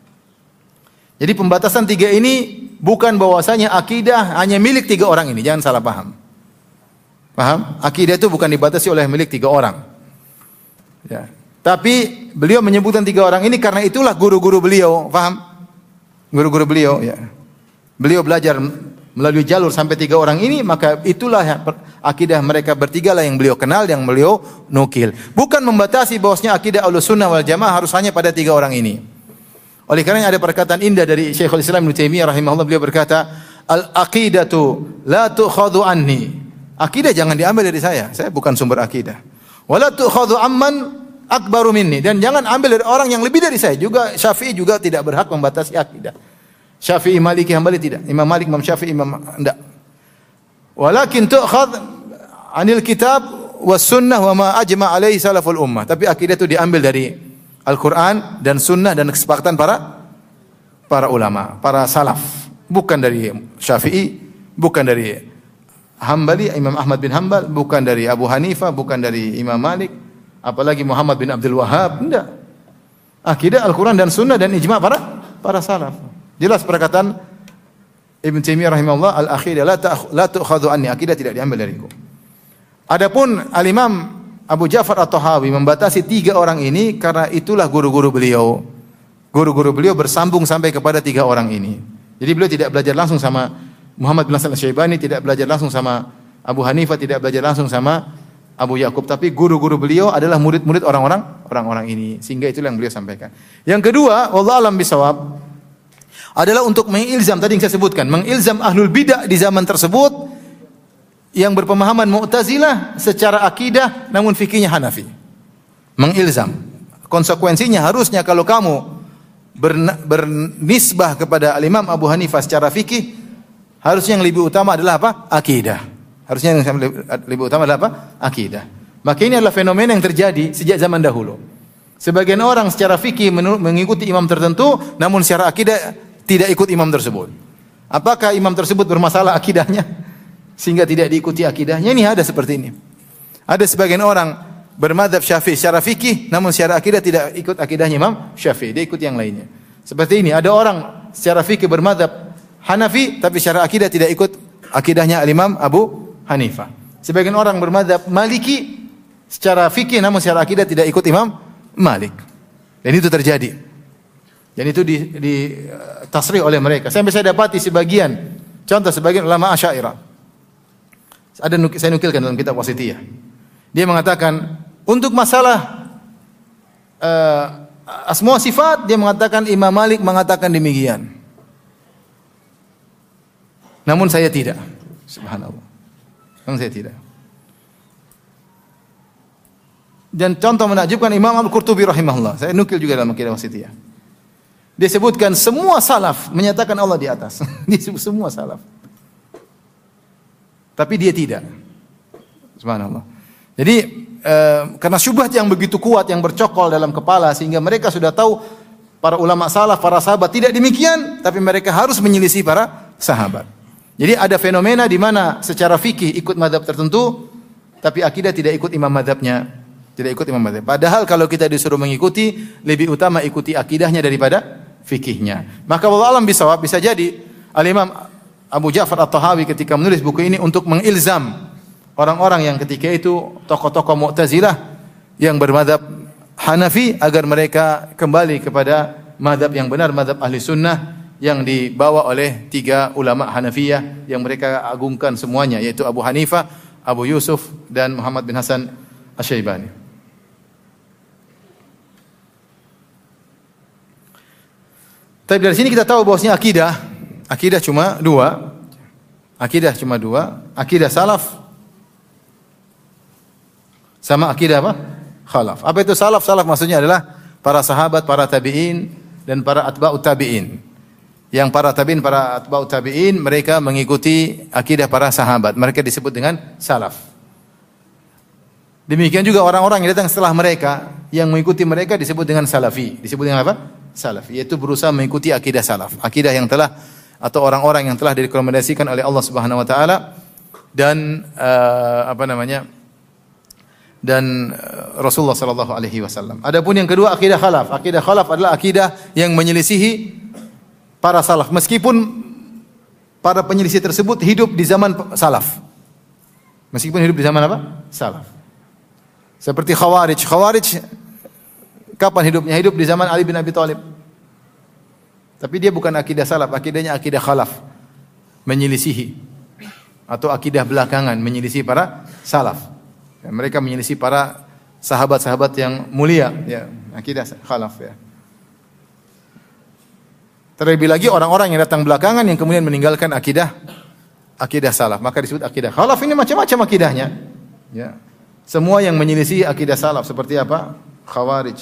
S2: Jadi pembatasan tiga ini bukan bahwasanya akidah hanya milik tiga orang ini, jangan salah paham. Paham? Akidah itu bukan dibatasi oleh milik tiga orang. Ya. Tapi beliau menyebutkan tiga orang ini karena itulah guru-guru beliau, paham? Guru-guru beliau, ya. Beliau belajar melalui jalur sampai tiga orang ini, maka itulah akidah mereka bertiga lah yang beliau kenal, yang beliau nukil. Bukan membatasi bahwasanya akidah Ahlussunnah wal Jamaah harus hanya pada tiga orang ini. Oleh karena ada perkataan indah dari Syekhul Islam Ibnu Taimiyah rahimahullah, beliau berkata, "Al-aqidatu la tu'khadhu anni." Akidah jangan diambil dari saya, saya bukan sumber akidah. "Wa la tu'khadhu amman akbaru minni." Dan jangan ambil dari orang yang lebih dari saya. Juga Syafi'i juga tidak berhak membatasi akidah. Syafi'i, Maliki, Hambali tidak. Imam Malik, Imam Syafi'i, Imam enggak. Walakin tu'khadh 'anil kitab was sunnah wa ma ajma' alaihi salaful ummah. Tapi akidah itu diambil dari Al-Qur'an dan sunnah dan kesepakatan para para ulama, para salaf. Bukan dari Syafi'i, bukan dari Hambali, Imam Ahmad bin Hanbal, bukan dari Abu Hanifah, bukan dari Imam Malik, apalagi Muhammad bin Abdul Wahhab, tidak. Akidah Al-Qur'an dan sunnah dan ijma' para para salaf. Jelas perkataan Ibn Taimiyah rahimahullah, al-aqidah la tu'khadhu anni, akidah tidak diambil dariku. Adapun al-Imam Abu Ja'far At-Tahawi membatasi tiga orang ini karena itulah guru-guru beliau. Guru-guru beliau bersambung sampai kepada tiga orang ini. Jadi beliau tidak belajar langsung sama Muhammad bin Hasan Asy-Syaibani, tidak belajar langsung sama Abu Hanifah, tidak belajar langsung sama Abu Yakub, tapi guru-guru beliau adalah murid-murid orang-orang orang-orang ini, sehingga itulah yang beliau sampaikan. Yang kedua, wallahu alam bisawab, adalah untuk mengilzam tadi yang saya sebutkan, mengilzam ahlul bidah di zaman tersebut yang berpemahaman Mu'tazilah secara akidah namun fikihnya Hanafi. Mengilzam. Konsekuensinya harusnya kalau kamu bernisbah kepada Imam Abu Hanifah secara fikih, harusnya yang lebih utama adalah apa? Akidah. Harusnya yang lebih utama adalah apa? Akidah. Maka ini adalah fenomena yang terjadi sejak zaman dahulu. Sebagian orang secara fikih mengikuti imam tertentu, namun secara akidah tidak ikut imam tersebut. Apakah imam tersebut bermasalah akidahnya sehingga tidak diikuti akidahnya? Ini ada seperti ini. Ada sebagian orang bermadzhab Syafi'i secara fikih, namun secara akidah tidak ikut akidahnya Imam Syafi'i, dia ikut yang lainnya. Seperti ini, ada orang secara fikih bermadzhab Hanafi, tapi secara akidah tidak ikut akidahnya Imam Abu Hanifah. Sebagian orang bermadzhab Maliki secara fikih, namun secara akidah tidak ikut Imam Malik. Dan itu terjadi. Dan itu di, di tasrih oleh mereka. Sampai saya dapati sebagian, contoh sebagian ulama Asy'ariyah. Ada saya nukilkan dalam kitab Wasithiyah. Dia mengatakan untuk masalah uh, asma sifat, dia mengatakan Imam Malik mengatakan demikian. Namun saya tidak. Subhanallah. Namun saya tidak. Dan contoh menakjubkan Imam Al-Qurtubi rahimahullah. Saya nukil juga dalam kitab Wasithiyah. Dia sebutkan semua salaf menyatakan Allah di atas. Dia sebut semua salaf. Tapi dia tidak. Subhanallah. Jadi eh, karena syubhat yang begitu kuat yang bercokol dalam kepala sehingga mereka sudah tahu para ulama salaf, para sahabat tidak demikian, tapi mereka harus menyelisih para sahabat. Jadi ada fenomena di mana secara fikih ikut mazhab tertentu, tapi akidah tidak ikut imam mazhabnya, tidak ikut imam mazhab. Padahal kalau kita disuruh mengikuti, lebih utama ikuti akidahnya daripada fikihnya. Maka wallahu alam bisawab, bisa jadi Al-Imam Abu Ja'far At-Tahawi ketika menulis buku ini untuk mengilzam orang-orang yang ketika itu tokoh-tokoh Mu'tazilah yang bermadzhab Hanafi agar mereka kembali kepada mazhab yang benar, mazhab Ahli Sunnah yang dibawa oleh tiga ulama Hanafiyah yang mereka agungkan semuanya, yaitu Abu Hanifah, Abu Yusuf dan Muhammad bin Hasan Asy-Syaibani. Tapi dari sini kita tahu bahwasanya akidah Akidah cuma dua. Akidah cuma dua. Akidah salaf sama akidah apa? Khalaf. Apa itu salaf? Salaf maksudnya adalah para sahabat, para tabi'in dan para atba'ut tabi'in. Yang para tabi'in, para atba'ut tabi'in mereka mengikuti akidah para sahabat. Mereka disebut dengan salaf. Demikian juga orang-orang yang datang setelah mereka yang mengikuti mereka disebut dengan salafi. Disebut dengan apa? Salafi, yaitu berusaha mengikuti akidah salaf. Akidah yang telah atau orang-orang yang telah direkomendasikan oleh Allah Subhanahu wa taala dan uh, apa namanya? dan Rasulullah sallallahu alaihi wasallam. Adapun yang kedua akidah khalaf. Akidah khalaf adalah akidah yang menyelisihi para salaf meskipun para penyelisih tersebut hidup di zaman salaf. Meskipun hidup di zaman apa? Salaf. Seperti Khawarij. Khawarij kapan hidupnya? Hidup di zaman Ali bin Abi Thalib. Tapi dia bukan akidah salaf, akidahnya akidah khalaf. Menyelisihi atau akidah belakangan menyelisihi para salaf. Ya, mereka menyelisih para sahabat-sahabat yang mulia, ya, akidah khalaf ya. Terlebih lagi orang-orang yang datang belakangan yang kemudian meninggalkan akidah akidah salaf, maka disebut akidah khalaf. Ini macam-macam akidahnya. Ya. Semua yang menyelisih akidah salaf seperti apa? Khawarij.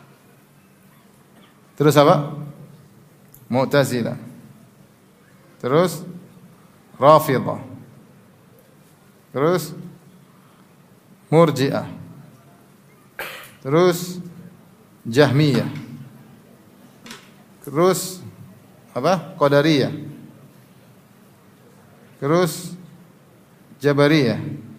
S2: Terus apa? Mu'tazilah. Terus Rafidhah. Terus Murji'ah. Terus Jahmiyah. Terus apa? Qadariyah. Terus Jabariyah.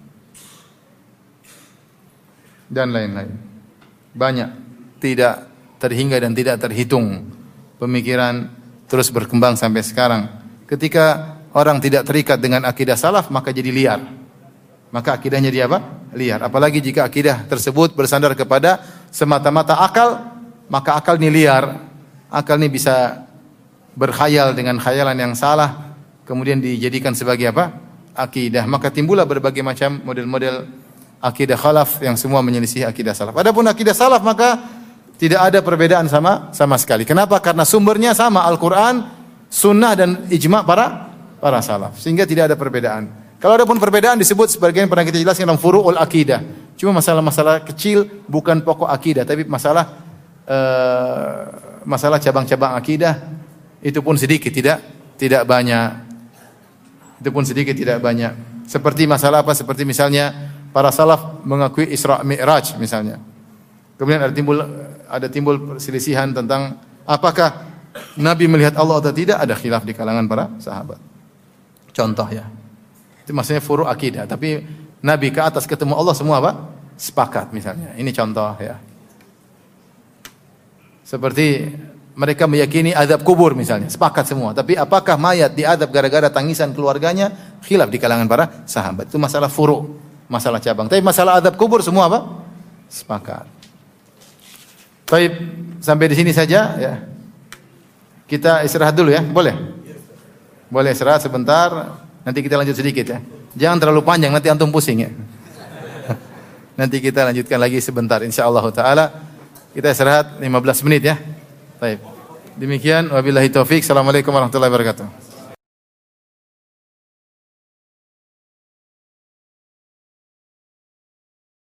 S2: Dan lain-lain. Banyak, tidak terhingga dan tidak terhitung pemikiran terus berkembang sampai sekarang. Ketika orang tidak terikat dengan akidah salaf maka jadi liar. Maka akidahnya dia apa? Liar. Apalagi jika akidah tersebut bersandar kepada semata-mata akal, maka akal ini liar. Akal ini bisa berkhayal dengan khayalan yang salah, kemudian dijadikan sebagai apa? Akidah. Maka timbullah berbagai macam model-model akidah khalaf yang semua menyelisih akidah salaf. Adapun akidah salaf maka tidak ada perbedaan sama sama sekali. Kenapa? Karena sumbernya sama, Al-Quran, Sunnah dan ijma' para para salaf. Sehingga tidak ada perbedaan. Kalau ada pun perbedaan disebut sebagian pernah kita jelaskan dalam furu'ul akidah. Cuma masalah-masalah kecil bukan pokok akidah, tapi masalah uh, masalah cabang-cabang akidah itu pun sedikit, tidak tidak banyak. Itu pun sedikit, tidak banyak. Seperti masalah apa? Seperti misalnya para salaf mengakui Isra Mi'raj misalnya. Kemudian ada timbul ada timbul perselisihan tentang apakah Nabi melihat Allah atau tidak, ada khilaf di kalangan para sahabat. Contoh ya. Itu maksudnya furu' akidah, tapi Nabi ke atas ketemu Allah semua apa? Sepakat misalnya. Ini contoh ya. Seperti mereka meyakini azab kubur misalnya, sepakat semua. Tapi apakah mayat diazab gara-gara tangisan keluarganya? Khilaf di kalangan para sahabat. Itu masalah furu', masalah cabang. Tapi masalah azab kubur semua apa? Sepakat. Baik, sampai di sini saja ya. Kita istirahat dulu ya, boleh? Boleh istirahat sebentar. Nanti kita lanjut sedikit ya. Jangan terlalu panjang, nanti antum pusing ya. Nanti kita lanjutkan lagi sebentar insyaallah taala. Kita istirahat lima belas menit ya. Baik. Demikian wabillahi taufik. Assalamualaikum warahmatullahi wabarakatuh.